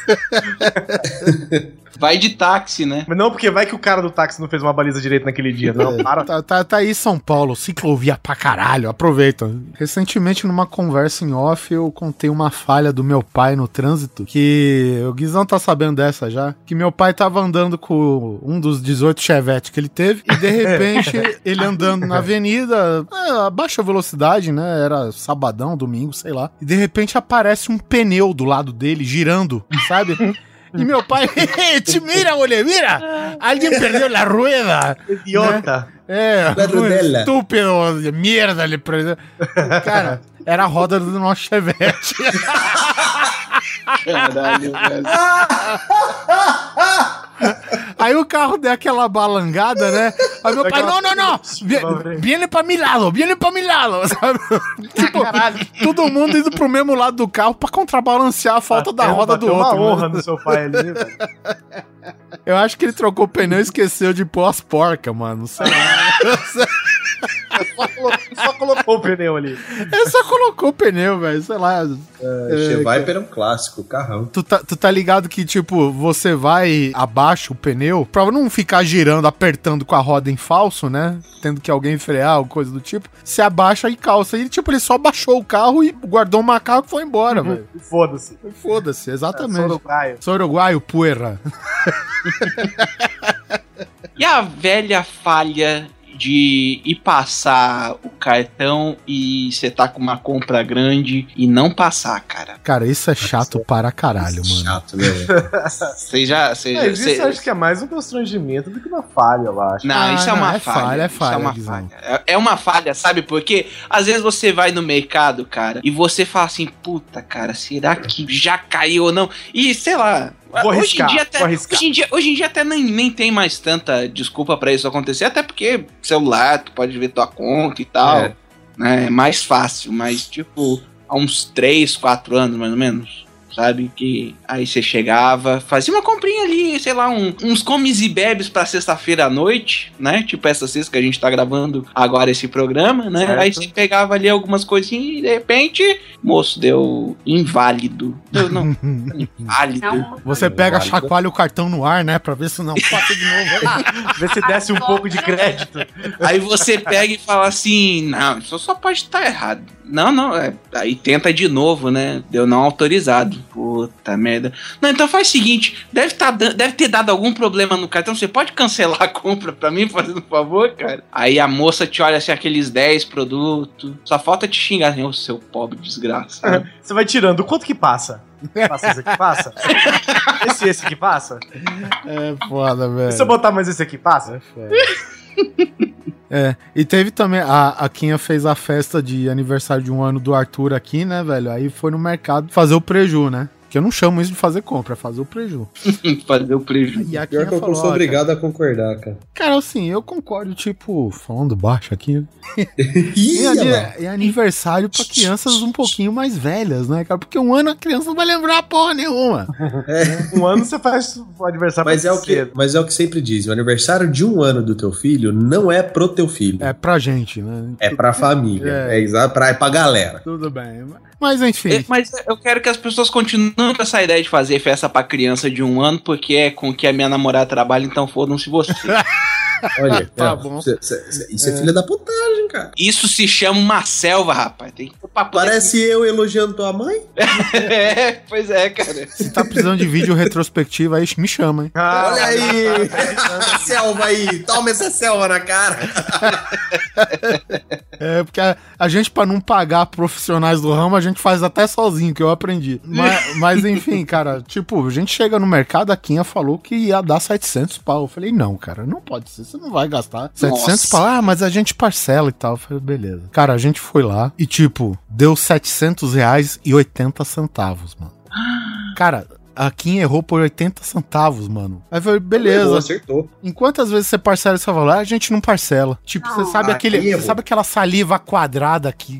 Vai de táxi, né? Mas não, porque vai que o cara do táxi não fez uma baliza direito naquele dia. Não, para. Tá aí São Paulo, ciclovia pra caralho, aproveita. Recentemente, numa conversa em off, eu contei uma falha do meu pai no trânsito, que o Guizão tá sabendo dessa já, que meu pai tava andando com um dos 18 Chevette que ele teve, e de repente, ele andando na avenida, a baixa velocidade, né, era sabadão, domingo, sei lá, e de repente aparece um pneu do lado dele, girando, sabe? E meu pai, te mira, olha, mira! Alguém perdeu a rueda! Idiota! É, La rodela. estúpido, de merda, ele perdeu. Cara, era a roda do nosso Chevette. Caralho, velho. Aí o carro deu aquela balangada, né? Aí meu pai, não, viene pra mi lado, sabe? Tipo, todo mundo indo pro mesmo lado do carro pra contrabalancear a falta da roda do outro. Uma honra né? no seu pai ali, velho. Eu acho que ele trocou o pneu e esqueceu de pôr as porcas, mano. Sei lá. Só colocou o pneu ali. Ele só colocou o pneu, velho. Sei lá. Chevy é um clássico, carrão. Tu tá ligado que, tipo, você vai abaixo o pneu pra não ficar girando, apertando com a roda em falso, né? Tendo que alguém frear ou coisa do tipo. Você abaixa e calça. E, tipo, ele só baixou o carro e guardou o macaco e foi embora, velho. Foda-se. Foda-se, exatamente. Sou uruguaio. Sou uruguaio, puerra. E a velha falha de ir passar o cartão e você tá com uma compra grande e não passar, cara. Cara, isso é chato para caralho, mano. Chato, né? Você já... Mas isso eu acho que é mais um constrangimento do que uma falha, eu acho. Não, isso é uma falha. É Isso falha, é uma Guizão. falha. É uma falha, sabe por quê? Às vezes você vai no mercado, cara, e você fala assim, puta, cara, será que já caiu ou não? E, sei lá... Vou arriscar. Hoje em dia até nem tem mais tanta desculpa pra isso acontecer, até porque celular, tu pode ver tua conta e tal, né? É mais fácil, mas tipo, há uns 3, 4 anos mais ou menos, sabe? Que aí você chegava, fazia uma comprinha ali, sei lá, uns comes e bebes pra sexta-feira à noite, né? Tipo essa sexta que a gente tá gravando agora esse programa, né? Certo. Aí você pegava ali algumas coisinhas e de repente, moço, deu inválido. Não, inválido. Não. Você pega, chacoalha o cartão no ar, né? Pra ver se não passa de novo. Vê se desce um pouco de crédito. Aí você pega e fala assim, não, isso só pode estar errado. Não, aí tenta de novo, né? Deu não autorizado. Puta merda. Não, então faz o seguinte, deve ter dado algum problema no cartão, você pode cancelar a compra pra mim, fazendo um favor, cara? Aí a moça te olha assim, aqueles 10 produtos, só falta te xingar assim, ô seu pobre desgraça. Você vai tirando. Quanto que passa? Passa esse aqui, passa? Esse aqui passa? É foda, velho. E se eu botar mais esse aqui, passa? E teve também, a Quinha fez a festa de aniversário de 1 ano do Arthur aqui, né, velho? Aí foi no mercado fazer o preju, né? Que eu não chamo isso de fazer compra, é fazer o preju. Fazer o preju. E a Pior que eu sou obrigado a concordar, cara. Cara, assim, eu concordo, tipo, falando baixo aqui. Ih, É aniversário pra crianças um pouquinho mais velhas, né, cara? Porque 1 ano a criança não vai lembrar porra nenhuma. 1 ano você faz o aniversário Mas é o que sempre diz, o aniversário de 1 ano do teu filho não é pro teu filho. É pra gente, né? É pra família. É pra galera. Tudo bem. Mas enfim. Mas eu quero que as pessoas continuem com essa ideia de fazer festa pra criança de 1 ano, porque é com que a minha namorada trabalha, então fodam-se você. Olha, Tá bom. Isso é filha da putagem, cara. Isso se chama uma selva, rapaz. Tem que Parece eu elogiando tua mãe. Pois é, cara. Se tá precisando de vídeo retrospectivo, aí me chama, hein? Olha aí! Essa selva aí! Toma essa selva na cara! Porque a gente, pra não pagar profissionais do ramo, a gente faz até sozinho, que eu aprendi. Mas enfim, cara, tipo, a gente chega no mercado, a Quinha falou que ia dar 700 pau. Eu falei, não, cara, não pode ser, você não vai gastar 700 pau. Mas a gente parcela e tal. Eu falei, beleza. Cara, a gente foi lá e, tipo, deu R$700,80, mano. Cara, a Quinha errou por 80 centavos, mano. Aí eu falei, beleza. Errou, acertou. Em quantas vezes você parcela esse valor? A gente não parcela. Tipo, você sabe você sabe aquela saliva quadrada aqui?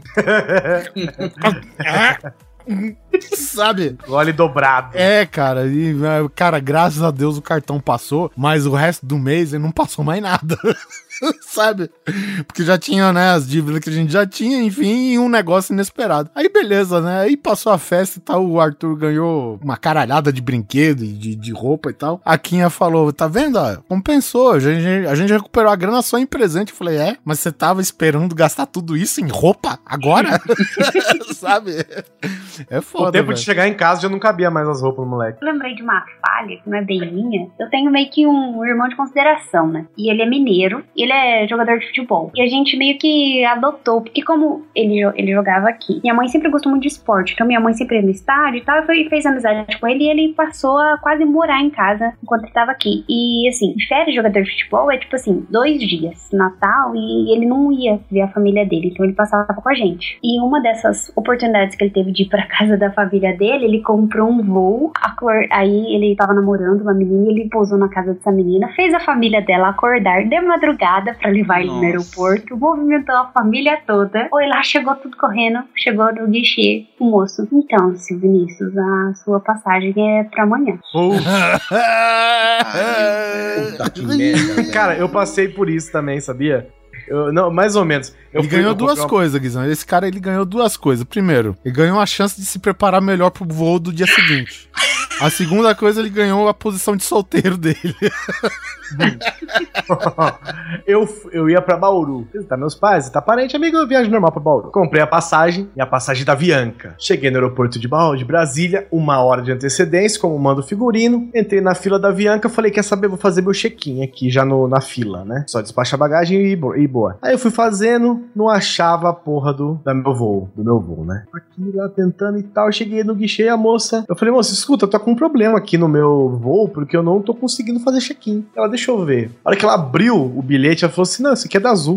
Sabe? Gole dobrado. Cara, cara, graças a Deus o cartão passou, mas o resto do mês ele não passou mais nada. Sabe? Porque já tinha, né, as dívidas que a gente já tinha, enfim, e um negócio inesperado. Aí beleza, né? Aí passou a festa e tal, o Arthur ganhou uma caralhada de brinquedo e de roupa e tal. A Quinha falou, tá vendo? Ó, compensou, a gente recuperou a grana só em presente. Eu falei, mas você tava esperando gastar tudo isso em roupa agora? Sabe? É foda, o tempo de chegar em casa já não cabia mais as roupas do moleque. Eu lembrei de uma falha, que não é bem minha. Eu tenho meio que um irmão de consideração, né? E ele é mineiro, e ele é jogador de futebol. E a gente meio que adotou, porque como ele jogava aqui, minha mãe sempre gostou muito de esporte, então minha mãe sempre ia no estádio e tal, e fez amizade com ele, e ele passou a quase morar em casa enquanto ele tava aqui. E assim, férias de jogador de futebol é tipo assim, 2 dias, Natal, e ele não ia ver a família dele, então ele passava com a gente. E uma dessas oportunidades que ele teve de ir pra casa da família dele, ele comprou um voo, aí ele tava namorando uma menina, ele pousou na casa dessa menina, fez a família dela acordar de madrugada pra levar ele no aeroporto, movimentou a família toda, foi lá, chegou tudo correndo, chegou no guichê, o moço. Então, seu Vinícius, a sua passagem é pra amanhã. Puta que merda, cara, eu passei por isso também, sabia? Não, mais ou menos. Ele ganhou duas coisas, Guizão. Esse cara, ele ganhou 2 coisas. Primeiro, ele ganhou a chance de se preparar melhor pro voo do dia seguinte. A segunda coisa, ele ganhou a posição de solteiro dele. Eu ia pra Bauru visitar meus pais, tá parente, amigo, eu viagem normal pra Bauru. Comprei a passagem, e a passagem da Avianca. Cheguei no aeroporto de Brasília, 1 hora de antecedência, como manda o figurino. Entrei na fila da Avianca, falei, quer saber, vou fazer meu check-in aqui, já na fila, né? Só despachar a bagagem e boa. Aí eu fui fazendo, não achava a porra do meu voo, né? Aqui, lá, tentando e tal, cheguei no guichê, a moça, eu falei, moça, escuta, eu tô com um problema aqui no meu voo, porque eu não tô conseguindo fazer check-in. Ela, deixa eu ver. A hora que ela abriu o bilhete, ela falou assim, não, esse aqui é da Azul.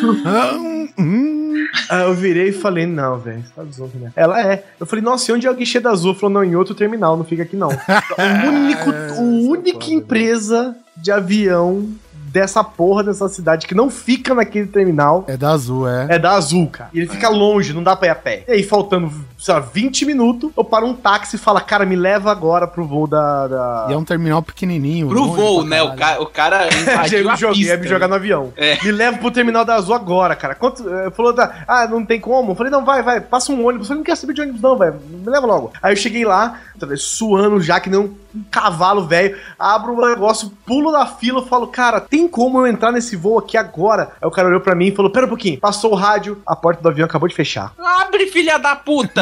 Aí eu virei e falei, não, velho, tá Azul, né? Ela é. Eu falei, nossa, e onde é o guichê da Azul? Ela falou, não, em outro terminal, não fica aqui não. A única empresa de avião dessa porra dessa cidade que não fica naquele terminal. É da Azul, É da Azul, cara. E ele fica longe, não dá pra ir a pé. E aí, faltando, sei lá, 20 minutos, eu paro um táxi e falo, cara, me leva agora pro voo da... E é um terminal pequenininho. Pro voo, né? O cara invadiu a pista. Ia me jogar no avião. Me leva pro terminal da Azul agora, cara. Falou, não tem como? Eu falei, não, vai, passa um ônibus. Eu falei, não quero saber de ônibus não, velho. Me leva logo. Aí eu cheguei lá, suando já, que nem um cavalo velho, abro o negócio, pulo da fila, falo, cara, tem como eu entrar nesse voo aqui agora? Aí o cara olhou pra mim e falou, pera um pouquinho, passou o rádio, a porta do avião acabou de fechar. Abre, filha da puta!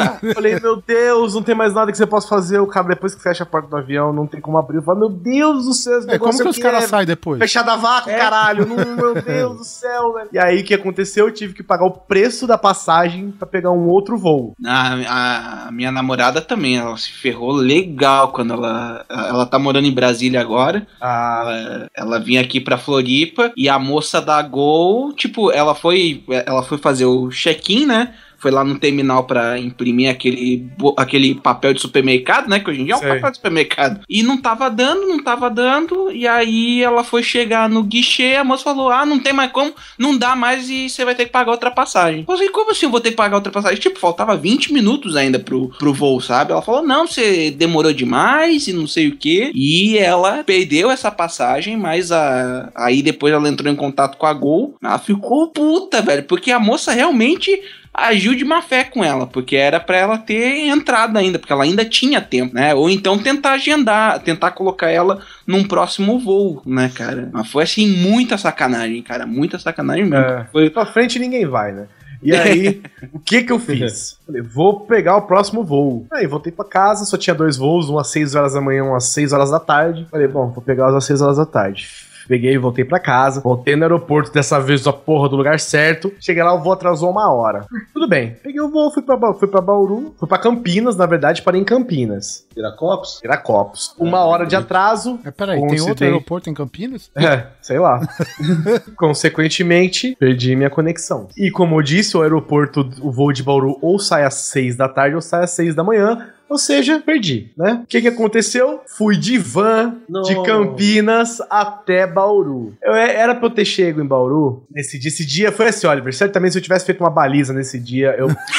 Falei, meu Deus, não tem mais nada que você possa fazer. O cara, depois que fecha a porta do avião, não tem como abrir. Eu falo, meu Deus do céu, esse Como negócio que os aqui caras saem depois? fechado a vácuo, caralho. Meu Deus do céu, velho. E aí, o que aconteceu? Eu tive que pagar o preço da passagem pra pegar um outro voo. A minha namorada também, ela se ferrou legal quando ela tá morando em Brasília agora. Ela vinha aqui pra Floripa e a moça da Gol, tipo, ela foi fazer o check-in, né? Foi lá no terminal pra imprimir aquele papel de supermercado, né? Que hoje em dia é um papel de supermercado. E não tava dando. E aí ela foi chegar no guichê, a moça falou, não tem mais como, não dá mais e você vai ter que pagar outra passagem. Eu falei, como assim eu vou ter que pagar outra passagem? Tipo, faltava 20 minutos ainda pro voo, sabe? Ela falou, não, você demorou demais e não sei o quê. E ela perdeu essa passagem, mas aí depois ela entrou em contato com a Gol. Ela ficou puta, velho, porque a moça realmente agiu de má fé com ela, porque era pra ela ter entrado ainda, porque ela ainda tinha tempo, né? Ou então tentar agendar, tentar colocar ela num próximo voo, né, cara? Mas foi assim, muita sacanagem, cara, muita sacanagem mesmo. Foi... Pra frente ninguém vai, né? E aí, o que eu fiz? Falei, vou pegar o próximo voo. Aí voltei pra casa, só tinha 2 voos, um às 6 horas da manhã, um às 6 horas da tarde. Falei, bom, vou pegar os às 6 horas da tarde. Peguei, voltei pra casa, voltei no aeroporto, dessa vez a porra do lugar certo. Cheguei lá, o voo atrasou 1 hora. Tudo bem, peguei o voo, fui pra Bauru, fui pra Campinas, na verdade, parei em Campinas. Viracopos? 1 hora de atraso. Peraí, tem outro aeroporto em Campinas? Sei lá. Consequentemente, perdi minha conexão. E como eu disse, o aeroporto, o voo de Bauru ou sai às 6 da tarde ou sai às 6 da manhã. Ou seja, perdi, né? O que aconteceu? Fui de van de Campinas até Bauru. Era pra eu ter chego em Bauru nesse dia. Esse dia foi assim, Oliver, certamente se eu tivesse feito uma baliza nesse dia,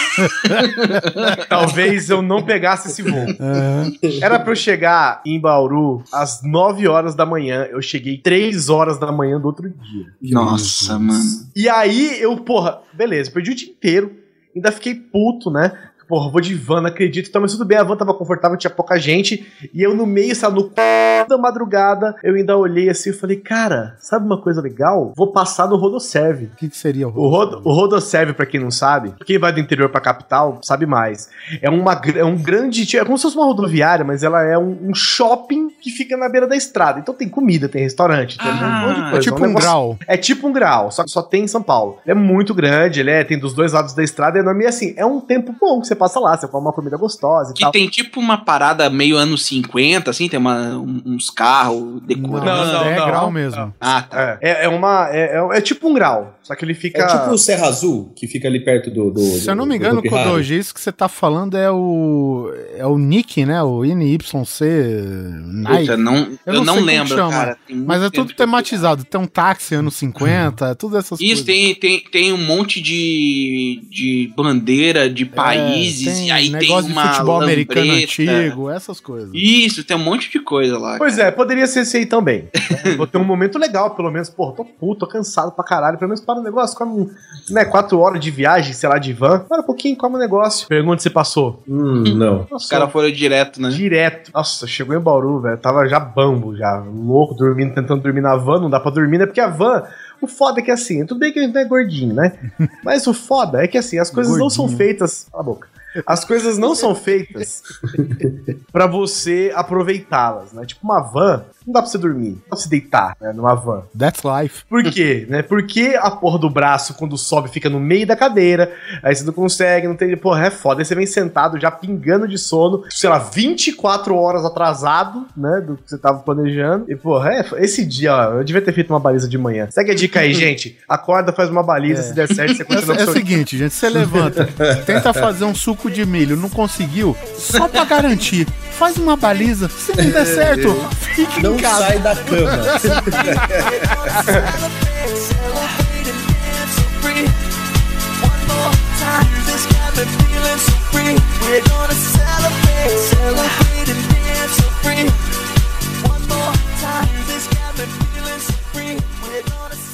talvez eu não pegasse esse voo. Era pra eu chegar em Bauru às 9 horas da manhã. Eu cheguei 3 horas da manhã do outro dia. Nossa, mano. E aí, beleza, perdi o dia inteiro. Ainda fiquei puto, né? Porra, vou de van, não acredito. Então, mas tudo bem, a van tava confortável, tinha pouca gente. E eu no meio, sabe, no da madrugada, eu ainda olhei assim e falei, cara, sabe uma coisa legal? Vou passar no Rodoserve. O que seria o Rodoserve? O Rodoserve, pra quem não sabe, quem vai do interior pra capital, sabe mais. É um grande... É como se fosse uma rodoviária, mas ela é um shopping que fica na beira da estrada. Então tem comida, tem restaurante, tem um monte de coisa. É tipo um grau. É tipo um grau, só que só tem em São Paulo. É muito grande, tem dos 2 lados da estrada, é enorme. E assim, é um tempo bom que você passa lá, você come uma comida gostosa e tal. Que tem tipo uma parada meio anos 50, assim, tem uns carros decorados. Não, é grau mesmo. Ah, tá. É tipo um grau, só que ele fica... É tipo o Serra Azul, que fica ali perto do Se eu não me engano, Kodoji, isso que você tá falando é o Nick, né? O NYC Nike. Eu não lembro, cara. Mas é tudo tematizado. Tem um táxi anos 50, tudo essas coisas. Isso, tem um monte de bandeira de países, e aí tem uma de futebol lambreta, americano antigo, essas coisas. Isso, tem um monte de coisa lá. Pois é, poderia ser esse aí também. Vou ter um momento legal, pelo menos. Porra, tô puto, tô cansado pra caralho. Pelo menos para o negócio, come 4 horas de viagem, sei lá, de van. Para um pouquinho, come o negócio. Pergunta se passou. Não. Os caras foram direto, né? Direto. Nossa, chegou em Bauru, velho. Tava já bambo, já. Louco, dormindo, tentando dormir na van. Não dá pra dormir, né? Porque a van... O foda é que assim, tudo bem que a gente não é gordinho, né? Mas o foda é que assim, as coisas não são feitas... Cala a boca. As coisas não são feitas pra você aproveitá-las, né? Tipo uma van, não dá pra você dormir, não dá pra você deitar, né, numa van. That's life. Por quê? Né? Porque a porra do braço, quando sobe, fica no meio da cadeira, aí você não consegue, não tem... Porra, é foda. Aí você vem sentado, já pingando de sono, sei lá, 24 horas atrasado, né, do que você tava planejando. E, porra, esse dia, ó, eu devia ter feito uma baliza de manhã. Segue a dica aí, gente. Acorda, faz uma baliza, se der certo, você continua com o seu... É o seguinte, gente, você levanta, tenta fazer um suco de milho, não conseguiu, só pra garantir, faz uma baliza, se não der certo, fica não em casa. Sai da cama. We're gonna